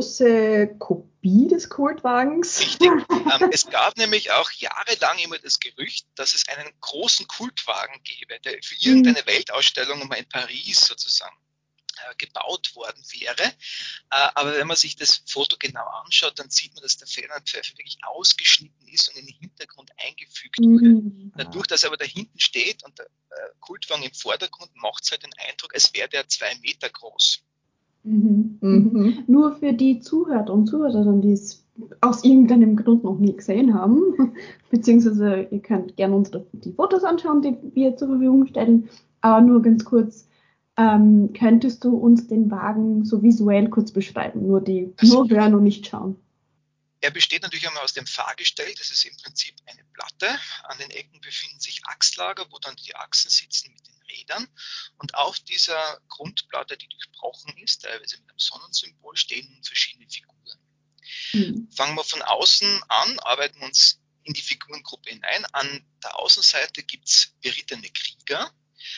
große Kopie des Kultwagens? Richtig. ähm, es gab nämlich auch jahrelang immer das Gerücht, dass es einen großen Kultwagen gäbe, der für irgendeine mhm. Weltausstellung mal in Paris sozusagen äh, gebaut worden wäre. Äh, aber wenn man sich das Foto genau anschaut, dann sieht man, dass der Ferdinand Pfeffer wirklich ausgeschnitten ist und in den Hintergrund eingefügt wurde. Mhm. Dadurch, dass er aber da hinten steht und der äh, Kultwagen im Vordergrund, macht es halt den Eindruck, als wäre der zwei Meter groß. Mhm. Mhm. Nur für die Zuhörer und Zuhörerinnen, die es aus irgendeinem Grund noch nie gesehen haben, beziehungsweise ihr könnt gerne uns die Fotos anschauen, die wir zur Verfügung stellen, aber nur ganz kurz, ähm, könntest du uns den Wagen so visuell kurz beschreiben, nur die also, nur hören und nicht schauen. Er besteht natürlich einmal aus dem Fahrgestell, das ist im Prinzip eine Platte. An den Ecken befinden sich Achslager, wo dann die Achsen sitzen mit den Rädern. Und auf dieser Grundplatte, die durchbrochen ist, teilweise mit einem Sonnensymbol, stehen verschiedene Figuren. Mhm. Fangen wir von außen an, arbeiten uns in die Figurengruppe hinein. An der Außenseite gibt es berittene Krieger.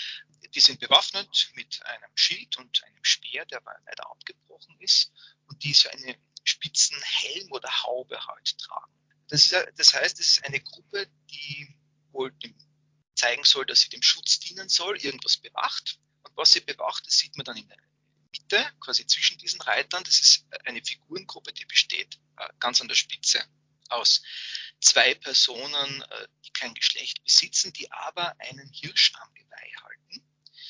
Die sind bewaffnet mit einem Schild und einem Speer, der leider abgebrochen ist. Und die so eine spitzen Helm oder Haube halt tragen. Das, ist, das heißt, es ist eine Gruppe, die wohl dem zeigen soll, dass sie dem Schutz dienen soll, irgendwas bewacht. Und was sie bewacht, das sieht man dann in der Mitte, quasi zwischen diesen Reitern. Das ist eine Figurengruppe, die besteht äh, ganz an der Spitze aus zwei Personen, äh, die kein Geschlecht besitzen, die aber einen Hirsch am Geweih halten.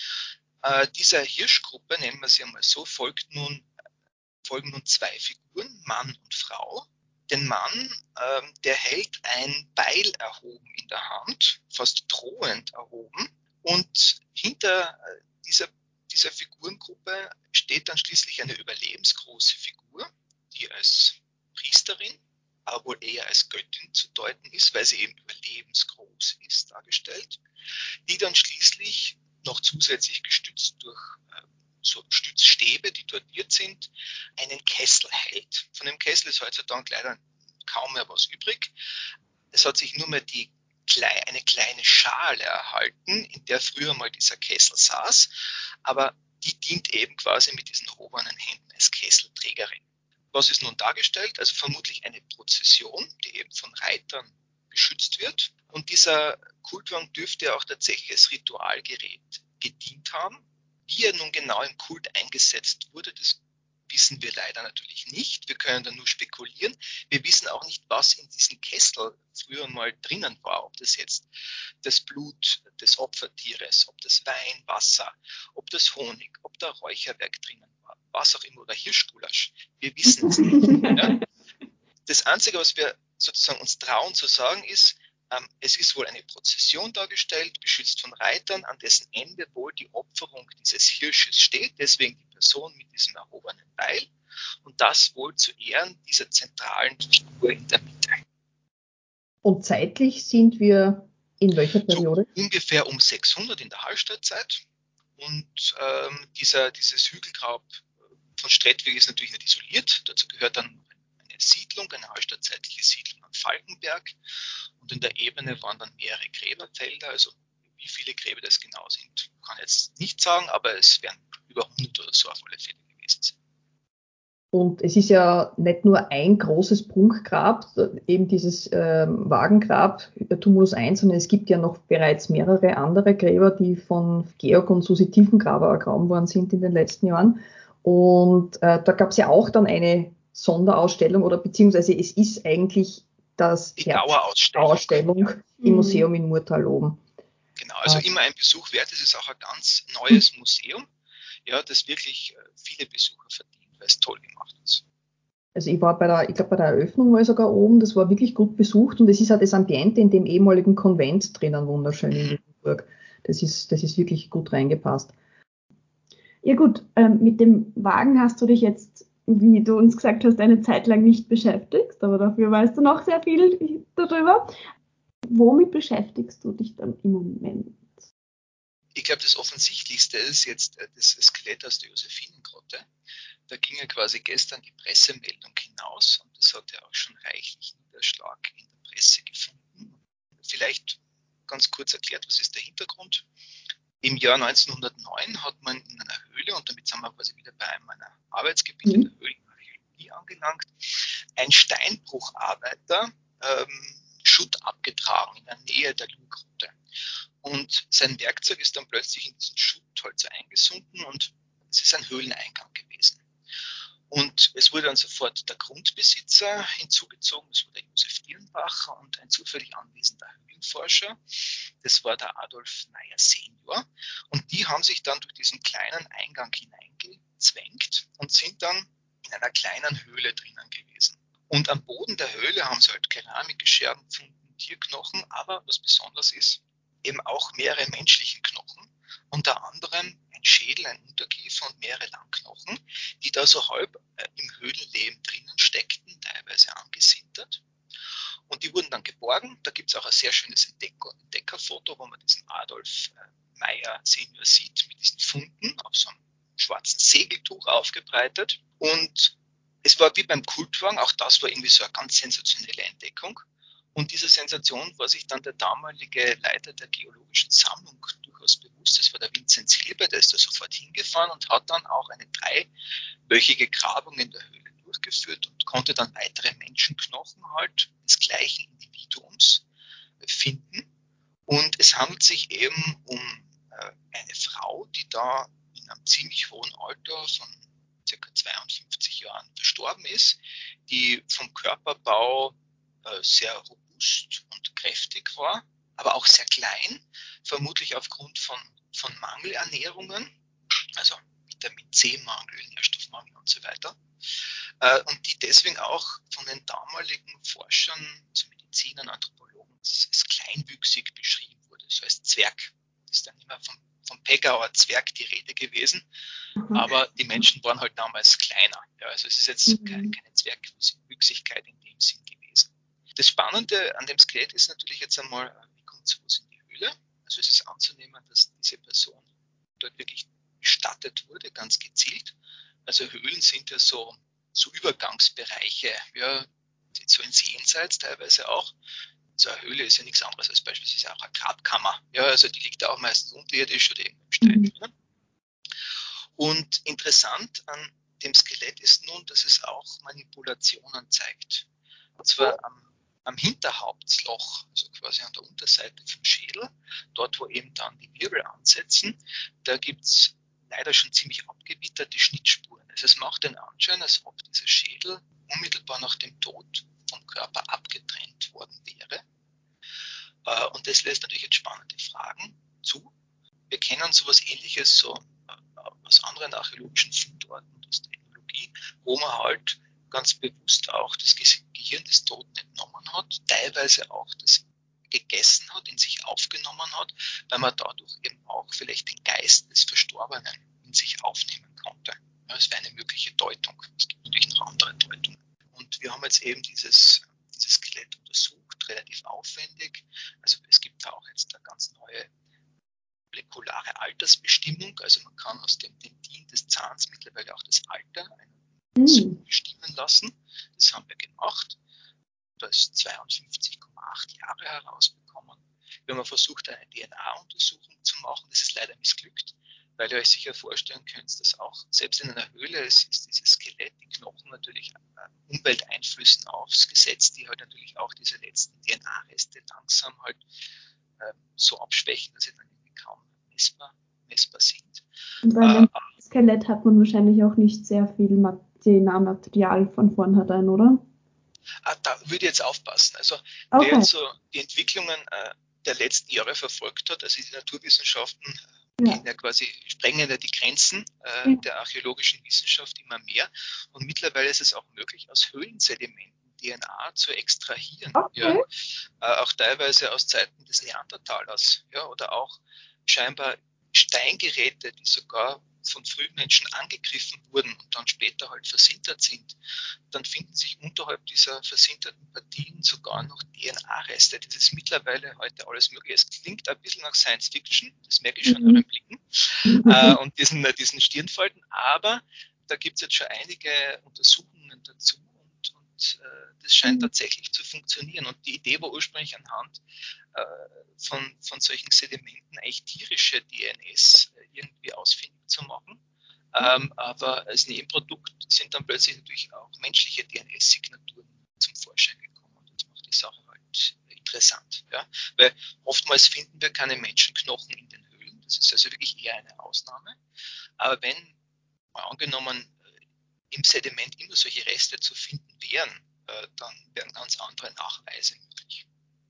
Äh, dieser Hirschgruppe, nennen wir sie einmal so, folgt nun folgen nun zwei Figuren, Mann und Frau. Den Mann, ähm, der hält ein Beil erhoben in der Hand, fast drohend erhoben. Und hinter äh, dieser, dieser Figurengruppe steht dann schließlich eine überlebensgroße Figur, die als Priesterin, aber wohl eher als Göttin zu deuten ist, weil sie eben überlebensgroß ist, dargestellt, die dann schließlich noch zusätzlich gestützt durch äh, so Stützstäbe, die tordiert sind, einen Kessel hält. Von dem Kessel ist heutzutage leider kaum mehr was übrig. Es hat sich nur mehr die, eine kleine Schale erhalten, in der früher mal dieser Kessel saß, aber die dient eben quasi mit diesen erhobenen Händen als Kesselträgerin. Was ist nun dargestellt? Also vermutlich eine Prozession, die eben von Reitern beschützt wird. Und dieser Kultwagen dürfte auch tatsächlich als Ritualgerät gedient haben. Wie er nun genau im Kult eingesetzt wurde, das wissen wir leider natürlich nicht. Wir können da nur spekulieren. Wir wissen auch nicht, was in diesem Kessel früher mal drinnen war. Ob das jetzt das Blut des Opfertieres, ob das Wein, Wasser, ob das Honig, ob da Räucherwerk drinnen war, was auch immer, oder Hirschgulasch. Wir wissen es nicht. Ja? Das Einzige, was wir sozusagen uns trauen zu sagen, ist, Ähm, es ist wohl eine Prozession dargestellt, beschützt von Reitern, an dessen Ende wohl die Opferung dieses Hirsches steht, deswegen die Person mit diesem erhobenen Beil und das wohl zu Ehren dieser zentralen Figur in der Mitte. Und zeitlich sind wir in welcher Periode? So ungefähr um sechshundert in der Hallstattzeit und ähm, dieser, dieses Hügelgrab von Strettweg ist natürlich nicht isoliert, dazu gehört dann eine Siedlung, eine hallstattzeitliche Siedlung am Falkenberg. Und in der Ebene waren dann mehrere Gräberfelder, also wie viele Gräber das genau sind, kann ich jetzt nicht sagen, aber es werden über hundert oder so auf alle Fälle gewesen sein. Und es ist ja nicht nur ein großes Prunkgrab, eben dieses ähm, Wagengrab, der Tumulus eins, sondern es gibt ja noch bereits mehrere andere Gräber, die von Georg und Susi Tiefengraber ergraben worden sind in den letzten Jahren. Und äh, da gab es ja auch dann eine Sonderausstellung, oder beziehungsweise es ist eigentlich das die Dauerausstellung, Dauerausstellung ja. im Museum in Murtal oben. Genau, also immer ein Besuch wert. Es ist auch ein ganz neues mhm. Museum, ja, das wirklich viele Besucher verdient, weil es toll gemacht ist. Also ich war bei der, ich glaube bei der Eröffnung war ich sogar oben, das war wirklich gut besucht und es ist halt das Ambiente in dem ehemaligen Konvent drinnen wunderschön mhm. in Wittenburg. Das ist, das ist wirklich gut reingepasst. Ja gut, ähm, mit dem Wagen hast du dich jetzt wie du uns gesagt hast, eine Zeit lang nicht beschäftigst, aber dafür weißt du noch sehr viel darüber. Womit beschäftigst du dich dann im Moment? Ich glaube, das Offensichtlichste ist jetzt das Skelett aus der Josephinengrotte. Da ging ja quasi gestern die Pressemeldung hinaus und das hat ja auch schon reichlich Niederschlag in der Presse gefunden. Vielleicht ganz kurz erklärt, was ist der Hintergrund? Im Jahr neunzehnhundertneun hat man in einer Höhle, und damit sind wir quasi wieder bei einem meiner Arbeitsgebiete, mhm. der Höhlenarchäologie angelangt, ein Steinbrucharbeiter ähm, Schutt abgetragen in der Nähe der Lurgrotte. Und sein Werkzeug ist dann plötzlich in diesen Schutt halt so eingesunken und es ist ein Höhleneingang gewesen. Und es wurde dann sofort der Grundbesitzer hinzugezogen, das war der Josef Dirnbacher und ein zufällig anwesender Höhlenforscher, das war der Adolf Meyer Senior. Und die haben sich dann durch diesen kleinen Eingang hineingezwängt und sind dann in einer kleinen Höhle drinnen gewesen. Und am Boden der Höhle haben sie halt Keramikscherben gefunden, Tierknochen, aber was besonders ist, eben auch mehrere menschliche Knochen, unter anderem ein Schädel, ein Unterkiefer und mehrere Langknochen, die da so halb äh, im Höhlenlehm drinnen steckten, teilweise angesintert. Und die wurden dann geborgen. Da gibt es auch ein sehr schönes Entdecker, Entdeckerfoto, wo man diesen Adolf äh, Meyer Senior sieht, mit diesen Funden auf so einem schwarzen Segeltuch aufgebreitet. Und es war wie beim Kultwagen, auch das war irgendwie so eine ganz sensationelle Entdeckung. Und dieser Sensation war sich dann der damalige Leiter der geologischen Sammlung durchaus bewusst. Das war der Vinzenz Hilber, der ist da sofort hingefahren und hat dann auch eine dreiwöchige Grabung in der Höhle durchgeführt und konnte dann weitere Menschenknochen halt des gleichen Individuums finden. Und es handelt sich eben um äh, eine Frau, die da in einem ziemlich hohen Alter von ca. zweiundfünfzig Jahren verstorben ist, die vom Körperbau äh, sehr robust und kräftig war, aber auch sehr klein, vermutlich aufgrund von, von Mangelernährungen, also Vitamin C-Mangel, Nährstoffmangel und so weiter. Äh, und die deswegen auch von den damaligen Forschern, also Medizinern, Anthropologen, als, als kleinwüchsig beschrieben wurde, so als Zwerg. Das ist dann immer vom, vom Pegauer Zwerg die Rede gewesen. Mhm. Aber die Menschen waren halt damals kleiner. Ja, also es ist jetzt mhm. keine, keine Zwergwüchsigkeit in dem Sinn gewesen. Das Spannende an dem Skelett ist natürlich jetzt einmal, wie kommt sowas in die Höhle? Also es ist anzunehmen, dass diese Person dort wirklich bestattet wurde, ganz gezielt. Also Höhlen sind ja so, so Übergangsbereiche, ja, so ins Jenseits teilweise auch. So eine Höhle ist ja nichts anderes als beispielsweise auch eine Grabkammer. Ja, also die liegt auch meistens unterirdisch oder eben im Stein. Mhm. Und interessant an dem Skelett ist nun, dass es auch Manipulationen zeigt. Und zwar am, am Hinterhauptsloch, also quasi an der Unterseite vom Schädel, dort wo eben dann die Wirbel ansetzen, da gibt es leider schon ziemlich abgewitterte Schnittspuren. Also es macht den Anschein, als ob dieser Schädel unmittelbar nach dem Tod vom Körper abgetrennt worden wäre. Und das lässt natürlich jetzt spannende Fragen zu. Wir kennen sowas Ähnliches so aus anderen archäologischen Fundorten und aus der Ethnologie, wo man halt ganz bewusst auch das Gehirn des Toten entnommen hat, teilweise auch das gegessen hat, in sich aufgenommen hat, weil man dadurch eben auch vielleicht den Geist des Verstorbenen in sich aufnehmen konnte. Ja, das wäre eine mögliche Deutung. Es gibt natürlich noch andere Deutungen. Und wir haben jetzt eben dieses, dieses Skelett untersucht, relativ aufwendig. Also es gibt da auch jetzt eine ganz neue molekulare Altersbestimmung. Also man kann aus dem Dentin des Zahns mittlerweile auch das Alter einer Person bestimmen lassen. Das haben wir gemacht. Da ist zweiundfünfzig Komma acht Jahre herausbekommen. Wir haben versucht, eine D N A-Untersuchung zu machen. Das ist leider missglückt, weil ihr euch sicher vorstellen könnt, dass auch selbst in einer Höhle ist, ist dieses Skelett, die Knochen natürlich Umwelteinflüssen ausgesetzt, die halt natürlich auch diese letzten D N A-Reste langsam halt äh, so abschwächen, dass sie dann irgendwie kaum messbar, messbar sind. Und bei dem äh, Skelett hat man wahrscheinlich auch nicht sehr viel D N A-Material von vornherein, oder? Ah, da würde ich jetzt aufpassen. Also okay. wer jetzt so die Entwicklungen äh, der letzten Jahre verfolgt hat, also die Naturwissenschaften ja. gehen ja quasi, sprengen ja die Grenzen äh, ja. der archäologischen Wissenschaft immer mehr. Und mittlerweile ist es auch möglich, aus Höhlensedimenten D N A zu extrahieren. Okay. Ja? Äh, auch teilweise aus Zeiten des Neandertalers. Ja? Oder auch scheinbar Steingeräte, die sogar von Frühmenschen angegriffen wurden und dann später halt versintert sind, dann finden sich unterhalb dieser versinterten Partien sogar noch D N A-Reste. Das ist mittlerweile heute alles möglich. Es klingt ein bisschen nach Science Fiction, das merke ich schon Mhm. an euren Blicken, Mhm. äh, und diesen, diesen Stirnfalten, aber da gibt es jetzt schon einige Untersuchungen dazu und, und äh, das scheint Mhm. tatsächlich zu funktionieren. Und die Idee war ursprünglich anhand äh, von, von solchen Sedimenten eigentlich tierische D N S irgendwie ausfindig zu machen. Ähm, aber als Nebenprodukt sind dann plötzlich natürlich auch menschliche D N S-Signaturen zum Vorschein gekommen. Und das macht die Sache halt interessant. Ja? Weil oftmals finden wir keine Menschenknochen in den Höhlen. Das ist also wirklich eher eine Ausnahme. Aber wenn, mal angenommen, im Sediment immer solche Reste zu finden wären, äh, dann wären ganz andere Nachweise möglich.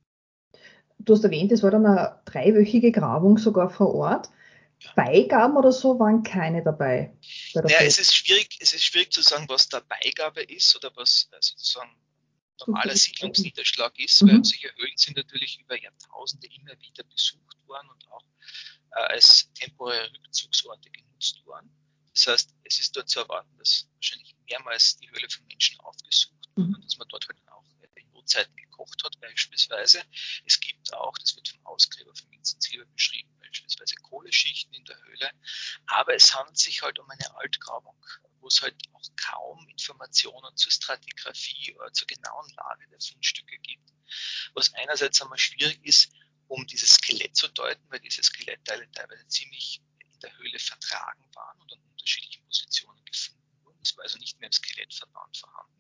Du hast erwähnt, es war dann eine dreiwöchige Grabung sogar vor Ort. Ja. Beigaben oder so waren keine dabei. Bei der Naja, Probe. es ist schwierig, es ist schwierig zu sagen, was da Beigabe ist oder was äh, sozusagen normaler Siedlungsniederschlag ist, Mhm. weil solche Höhlen sind natürlich über Jahrtausende immer wieder besucht worden und auch äh, als temporäre Rückzugsorte genutzt worden. Das heißt, es ist dort zu erwarten, dass wahrscheinlich mehrmals die Höhle von Menschen aufgesucht wird Mhm. und dass man dort halt auch in Notzeiten gekocht hat beispielsweise. Es gibt auch, das wird vom Ausgräber von Vincent Silber beschrieben, beispielsweise Kohleschichten in der Höhle. Aber es handelt sich halt um eine Altgrabung, wo es halt auch kaum Informationen zur Stratigraphie oder zur genauen Lage der Fundstücke gibt. Was einerseits einmal schwierig ist, um dieses Skelett zu deuten, weil diese Skelettteile teilweise ziemlich in der Höhle vertragen waren und an unterschiedlichen Positionen gefunden wurden. Es war also nicht mehr im Skelettverband vorhanden.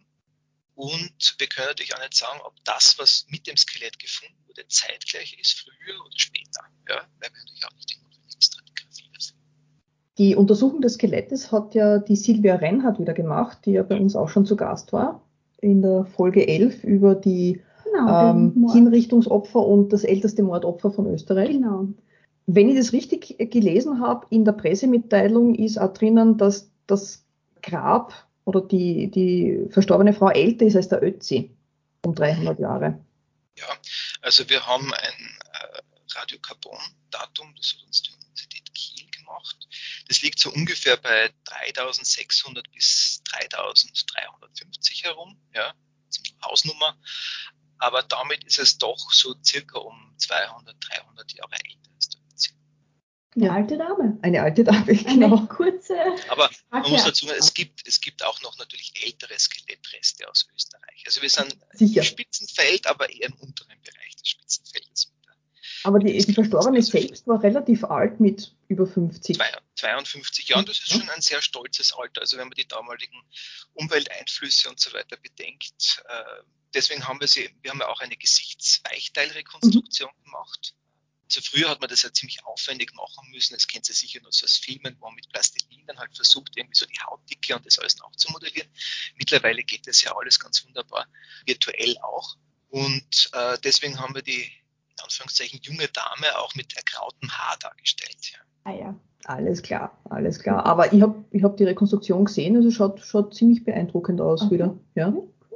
Und wir können natürlich auch nicht sagen, ob das, was mit dem Skelett gefunden wurde, zeitgleich ist, früher oder später. Ja, weil wir natürlich auch nicht die notwendige Stratigraphie dafür. Die Untersuchung des Skelettes hat ja die Silvia Reinhardt wieder gemacht, die ja bei uns auch schon zu Gast war, in der Folge elf über die Genau, ähm, Hinrichtungsopfer und das älteste Mordopfer von Österreich. Genau. Wenn ich das richtig gelesen habe, in der Pressemitteilung ist auch drinnen, dass das Grab oder die, die verstorbene Frau älter ist als der Ötzi, um dreihundert Jahre. Ja, also wir haben ein äh, Radiokarbon-Datum, das hat uns die Universität Kiel gemacht. Das liegt so ungefähr bei dreitausendsechshundert bis dreitausenddreihundertfünfzig herum, ja, Hausnummer. Aber damit ist es doch so circa um zweihundert, dreihundert Jahre älter als der Ötzi. Eine Ja. alte Dame. Eine alte Dame, Eine genau. kurze. Aber man Ach muss ja. dazu sagen, es gibt, es gibt auch noch natürlich ältere Skelettreste aus Österreich. Also wir sind Sicher. im Spitzenfeld, aber eher im unteren Bereich des Spitzenfeldes. Mit der, Aber mit die, die Verstorbene selbst war relativ alt mit über fünfzig. zweiundfünfzig Jahren, das ist schon ein sehr stolzes Alter. Also wenn man die damaligen Umwelteinflüsse und so weiter bedenkt. Äh, deswegen haben wir sie, wir haben ja auch eine Gesichtsweichteilrekonstruktion mhm. gemacht. Also früher hat man das ja ziemlich aufwendig machen müssen. Das kennt ihr sicher noch so aus Filmen, wo man mit Plastilin dann halt versucht, irgendwie so die Hautdicke und das alles nachzumodellieren. Mittlerweile geht das ja alles ganz wunderbar, virtuell auch. Und äh, deswegen haben wir die, in Anführungszeichen, junge Dame auch mit ergrautem Haar dargestellt. Ja. Ah ja. Alles klar, alles klar. Aber ich habe ich hab die Rekonstruktion gesehen, also schaut, schaut ziemlich beeindruckend aus okay. wieder. Ja.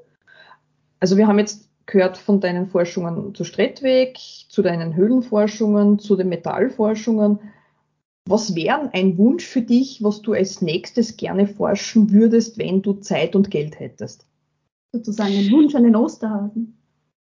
Also wir haben jetzt gehört von deinen Forschungen zu Strettweg, zu deinen Höhlenforschungen, zu den Metallforschungen. Was wäre ein Wunsch für dich, was du als nächstes gerne forschen würdest, wenn du Zeit und Geld hättest? Sozusagen ein Wunsch an den Osterhasen.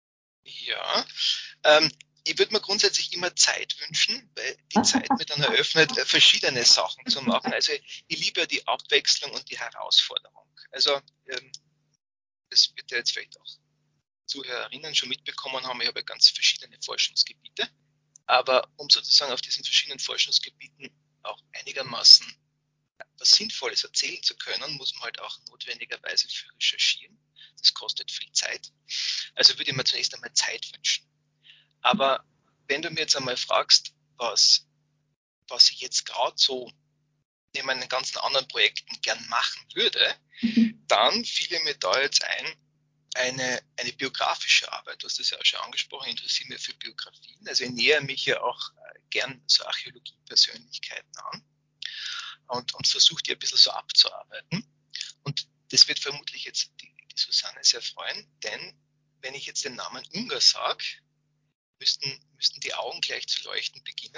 Ja, ähm, ich würde mir grundsätzlich immer Zeit wünschen, weil die Zeit mir dann eröffnet, verschiedene Sachen zu machen. Also ich liebe die Abwechslung und die Herausforderung. Also ähm, das wird ja jetzt vielleicht auch Zuhörerinnen schon mitbekommen haben, ich habe ja ganz verschiedene Forschungsgebiete, aber um sozusagen auf diesen verschiedenen Forschungsgebieten auch einigermaßen was Sinnvolles erzählen zu können, muss man halt auch notwendigerweise für recherchieren. Das kostet viel Zeit. Also würde ich mir zunächst einmal Zeit wünschen. Aber wenn du mir jetzt einmal fragst, was, was ich jetzt gerade so in meinen ganzen anderen Projekten gern machen würde, mhm. dann fiel mir da jetzt ein, Eine, eine biografische Arbeit, du hast das ja auch schon angesprochen, ich interessiere mich für Biografien, also ich nähere mich ja auch äh, gern so Archäologie-Persönlichkeiten an und, und versuche die ein bisschen so abzuarbeiten. Und das wird vermutlich jetzt die, die Susanne sehr freuen, denn wenn ich jetzt den Namen Unger sage, müssten, müssten die Augen gleich zu leuchten beginnen.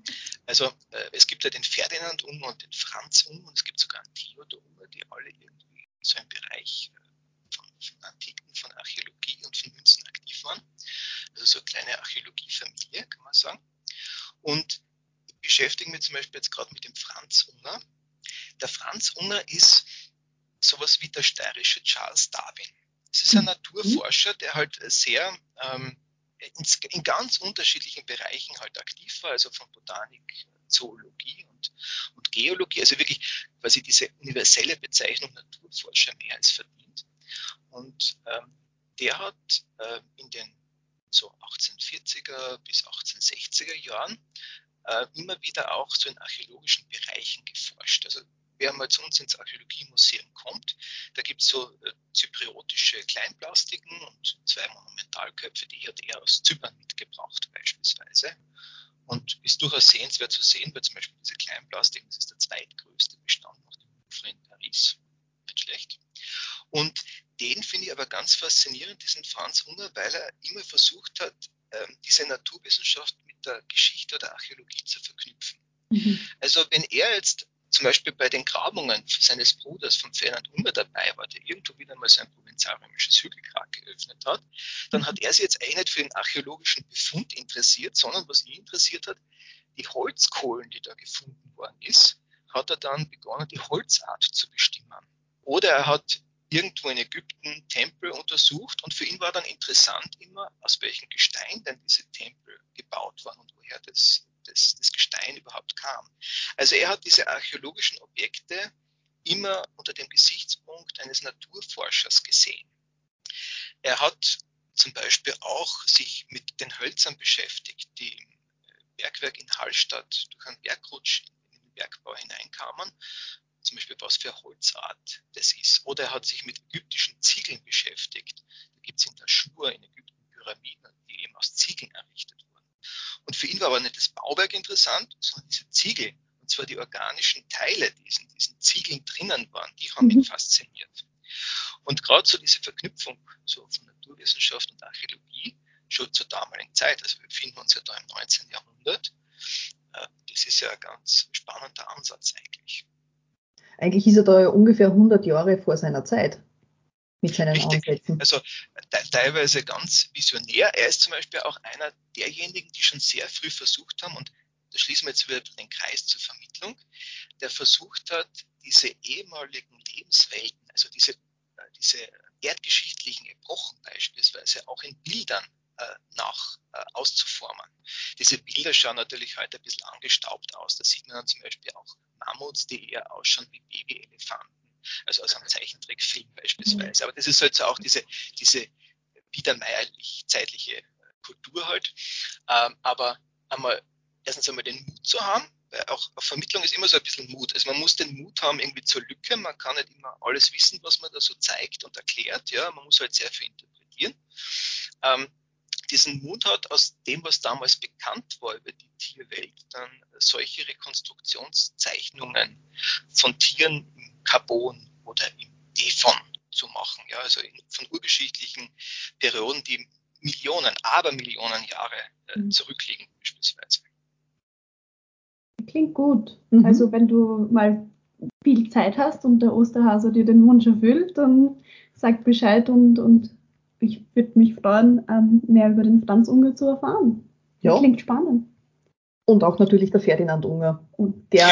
Also äh, es gibt ja den Ferdinand Unger und den Franz Unger und es gibt sogar einen Theodor Unger, die alle irgendwie so im Bereich äh, von, von Antiken, von Archäologie und von Münzen aktiv waren. Also so eine kleine Archäologiefamilie, kann man sagen. Und ich beschäftige mich zum Beispiel jetzt gerade mit dem Franz Unger. Der Franz Unger ist sowas wie der steirische Charles Darwin. Es ist ein Naturforscher, der halt sehr ähm, in, in ganz unterschiedlichen Bereichen halt aktiv war, also von Botanik, Zoologie und, und Geologie, also wirklich quasi diese universelle Bezeichnung Naturforscher mehr als verdient. Und ähm, der hat äh, in den so achtzehnhundertvierziger bis achtzehnhundertsechziger Jahren äh, immer wieder auch so in archäologischen Bereichen geforscht. Also wer mal zu uns ins Archäologiemuseum kommt, da gibt es so äh, zypriotische Kleinplastiken und zwei Monumentalköpfe, die hat er aus Zypern mitgebracht beispielsweise. Und ist durchaus sehenswert zu sehen, weil zum Beispiel diese Kleinplastiken, das ist der zweitgrößte Bestand nach dem Louvre in Paris. Nicht schlecht. Und den finde ich aber ganz faszinierend, diesen Franz Unger, weil er immer versucht hat, diese Naturwissenschaft mit der Geschichte oder Archäologie zu verknüpfen. Mhm. Also wenn er jetzt zum Beispiel bei den Grabungen seines Bruders von Ferdinand Unger dabei war, der irgendwo wieder mal sein provinzialrömisches Hügelgrab geöffnet hat, dann hat er sich jetzt eigentlich nicht für den archäologischen Befund interessiert, sondern was ihn interessiert hat, die Holzkohlen, die da gefunden worden ist, hat er dann begonnen, die Holzart zu bestimmen. Oder er hat irgendwo in Ägypten Tempel untersucht und für ihn war dann interessant immer, aus welchem Gestein denn diese Tempel gebaut waren und woher das, das, das Gestein überhaupt kam. Also er hat diese archäologischen Objekte immer unter dem Gesichtspunkt eines Naturforschers gesehen. Er hat zum Beispiel auch sich mit den Hölzern beschäftigt, die im Bergwerk in Hallstatt durch einen Bergrutsch in den Bergbau hineinkamen. Zum Beispiel, was für eine Holzart das ist. Oder er hat sich mit ägyptischen Ziegeln beschäftigt. Da gibt es in der Schur in Ägypten Pyramiden, die eben aus Ziegeln errichtet wurden. Und für ihn war aber nicht das Bauwerk interessant, sondern diese Ziegel. Und zwar die organischen Teile, die in diesen Ziegeln drinnen waren, die haben ihn fasziniert. Und gerade so diese Verknüpfung so von Naturwissenschaft und Archäologie, schon zur damaligen Zeit, also wir befinden uns ja da im neunzehnten Jahrhundert, das ist ja ein ganz spannender Ansatz eigentlich. Eigentlich ist er da ja ungefähr hundert Jahre vor seiner Zeit mit seinen Richtig. Ansätzen. Also te- teilweise ganz visionär. Er ist zum Beispiel auch einer derjenigen, die schon sehr früh versucht haben, und da schließen wir jetzt wieder den Kreis zur Vermittlung, der versucht hat, diese ehemaligen Lebenswelten, also diese, diese erdgeschichtlichen Epochen beispielsweise auch in Bildern äh, nach äh, auszuformen. Diese Bilder schauen natürlich heute ein bisschen angestaubt aus. Da sieht man dann zum Beispiel auch Mammuts, die eher ausschauen wie Babyelefanten, also aus einem Zeichentrickfilm beispielsweise. Aber das ist halt so auch diese, diese biedermeierlich-zeitliche Kultur halt. Ähm, aber einmal, erstens einmal den Mut zu haben, weil auch auf Vermittlung ist immer so ein bisschen Mut. Also man muss den Mut haben irgendwie zur Lücke. Man kann nicht immer alles wissen, was man da so zeigt und erklärt. Ja, man muss halt sehr viel interpretieren. Ähm, diesen Mut hat, aus dem, was damals bekannt war über die Tierwelt, dann solche Rekonstruktionszeichnungen von Tieren im Carbon oder im Devon zu machen. Ja, also in, von urgeschichtlichen Perioden, die Millionen, Abermillionen Jahre äh, zurückliegen beispielsweise. Klingt gut. Mhm. Also wenn du mal viel Zeit hast und der Osterhase dir den Wunsch erfüllt, dann sag Bescheid und, und ich würde mich freuen, mehr über den Franz Unger zu erfahren. Ja. Klingt spannend. Und auch natürlich der Ferdinand Unger. Und der,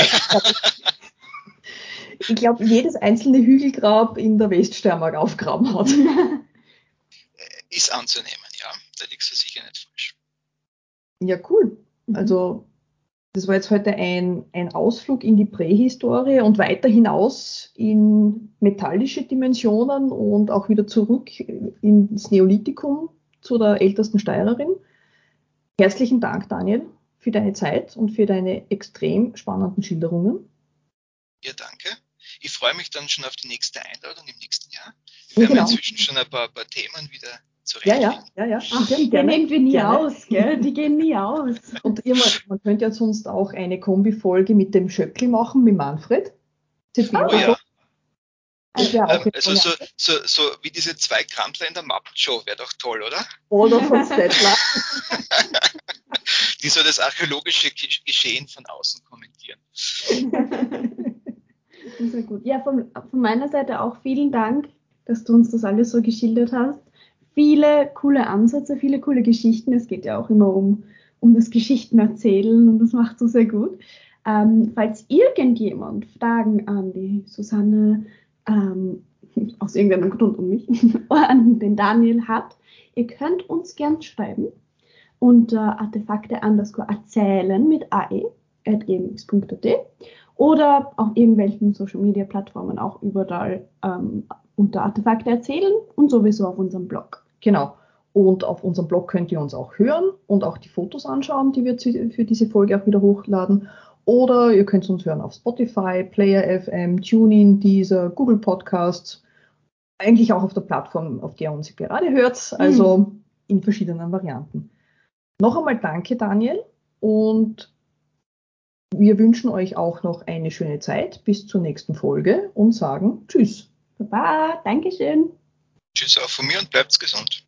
ich glaube, jedes einzelne Hügelgrab in der Weststeiermark aufgraben hat. Ist anzunehmen, ja. Da liegst du sicher nicht falsch. Ja, cool. Also das war jetzt heute ein, ein Ausflug in die Prähistorie und weiter hinaus in metallische Dimensionen und auch wieder zurück ins Neolithikum zu der ältesten Steirerin. Herzlichen Dank, Daniel, für deine Zeit und für deine extrem spannenden Schilderungen. Ja, danke. Ich freue mich dann schon auf die nächste Einladung im nächsten Jahr. Wir ja, haben genau. inzwischen schon ein paar, paar Themen wieder zurechtfinden. Ja, ja, ja, ja. Ach, die gehen irgendwie nie gerne. aus, gell? Die gehen nie aus. Und ihr, man könnte ja sonst auch eine Kombi-Folge mit dem Schöckl machen, mit Manfred. Oh ja. Also, ja, ähm, also so, so, so wie diese zwei Krantler in der Muppet-Show wäre doch toll, oder? Oder von Stettler. Die so das archäologische Geschehen von außen kommentieren. Sehr gut. Ja, von, von meiner Seite auch vielen Dank, dass du uns das alles so geschildert hast. Viele coole Ansätze, viele coole Geschichten. Es geht ja auch immer um, um das Geschichtenerzählen und das macht so sehr gut. Ähm, falls irgendjemand Fragen an die Susanne, ähm, aus irgendeinem Grund um mich, an den Daniel hat, ihr könnt uns gern schreiben unter artefakte underscore erzählen mit ae at gmx punkt at oder auf irgendwelchen Social Media Plattformen auch überall ähm, unter Artefakte erzählen und sowieso auf unserem Blog. Genau. Und auf unserem Blog könnt ihr uns auch hören und auch die Fotos anschauen, die wir für diese Folge auch wieder hochladen. Oder ihr könnt uns hören auf Spotify, Player F M, TuneIn, Deezer, Google Podcasts. Eigentlich auch auf der Plattform, auf der ihr uns gerade hört. Also mhm. in verschiedenen Varianten. Noch einmal danke, Daniel. Und wir wünschen euch auch noch eine schöne Zeit bis zur nächsten Folge und sagen Tschüss. Baba, Dankeschön. Tschüss auch von mir und bleibt's gesund.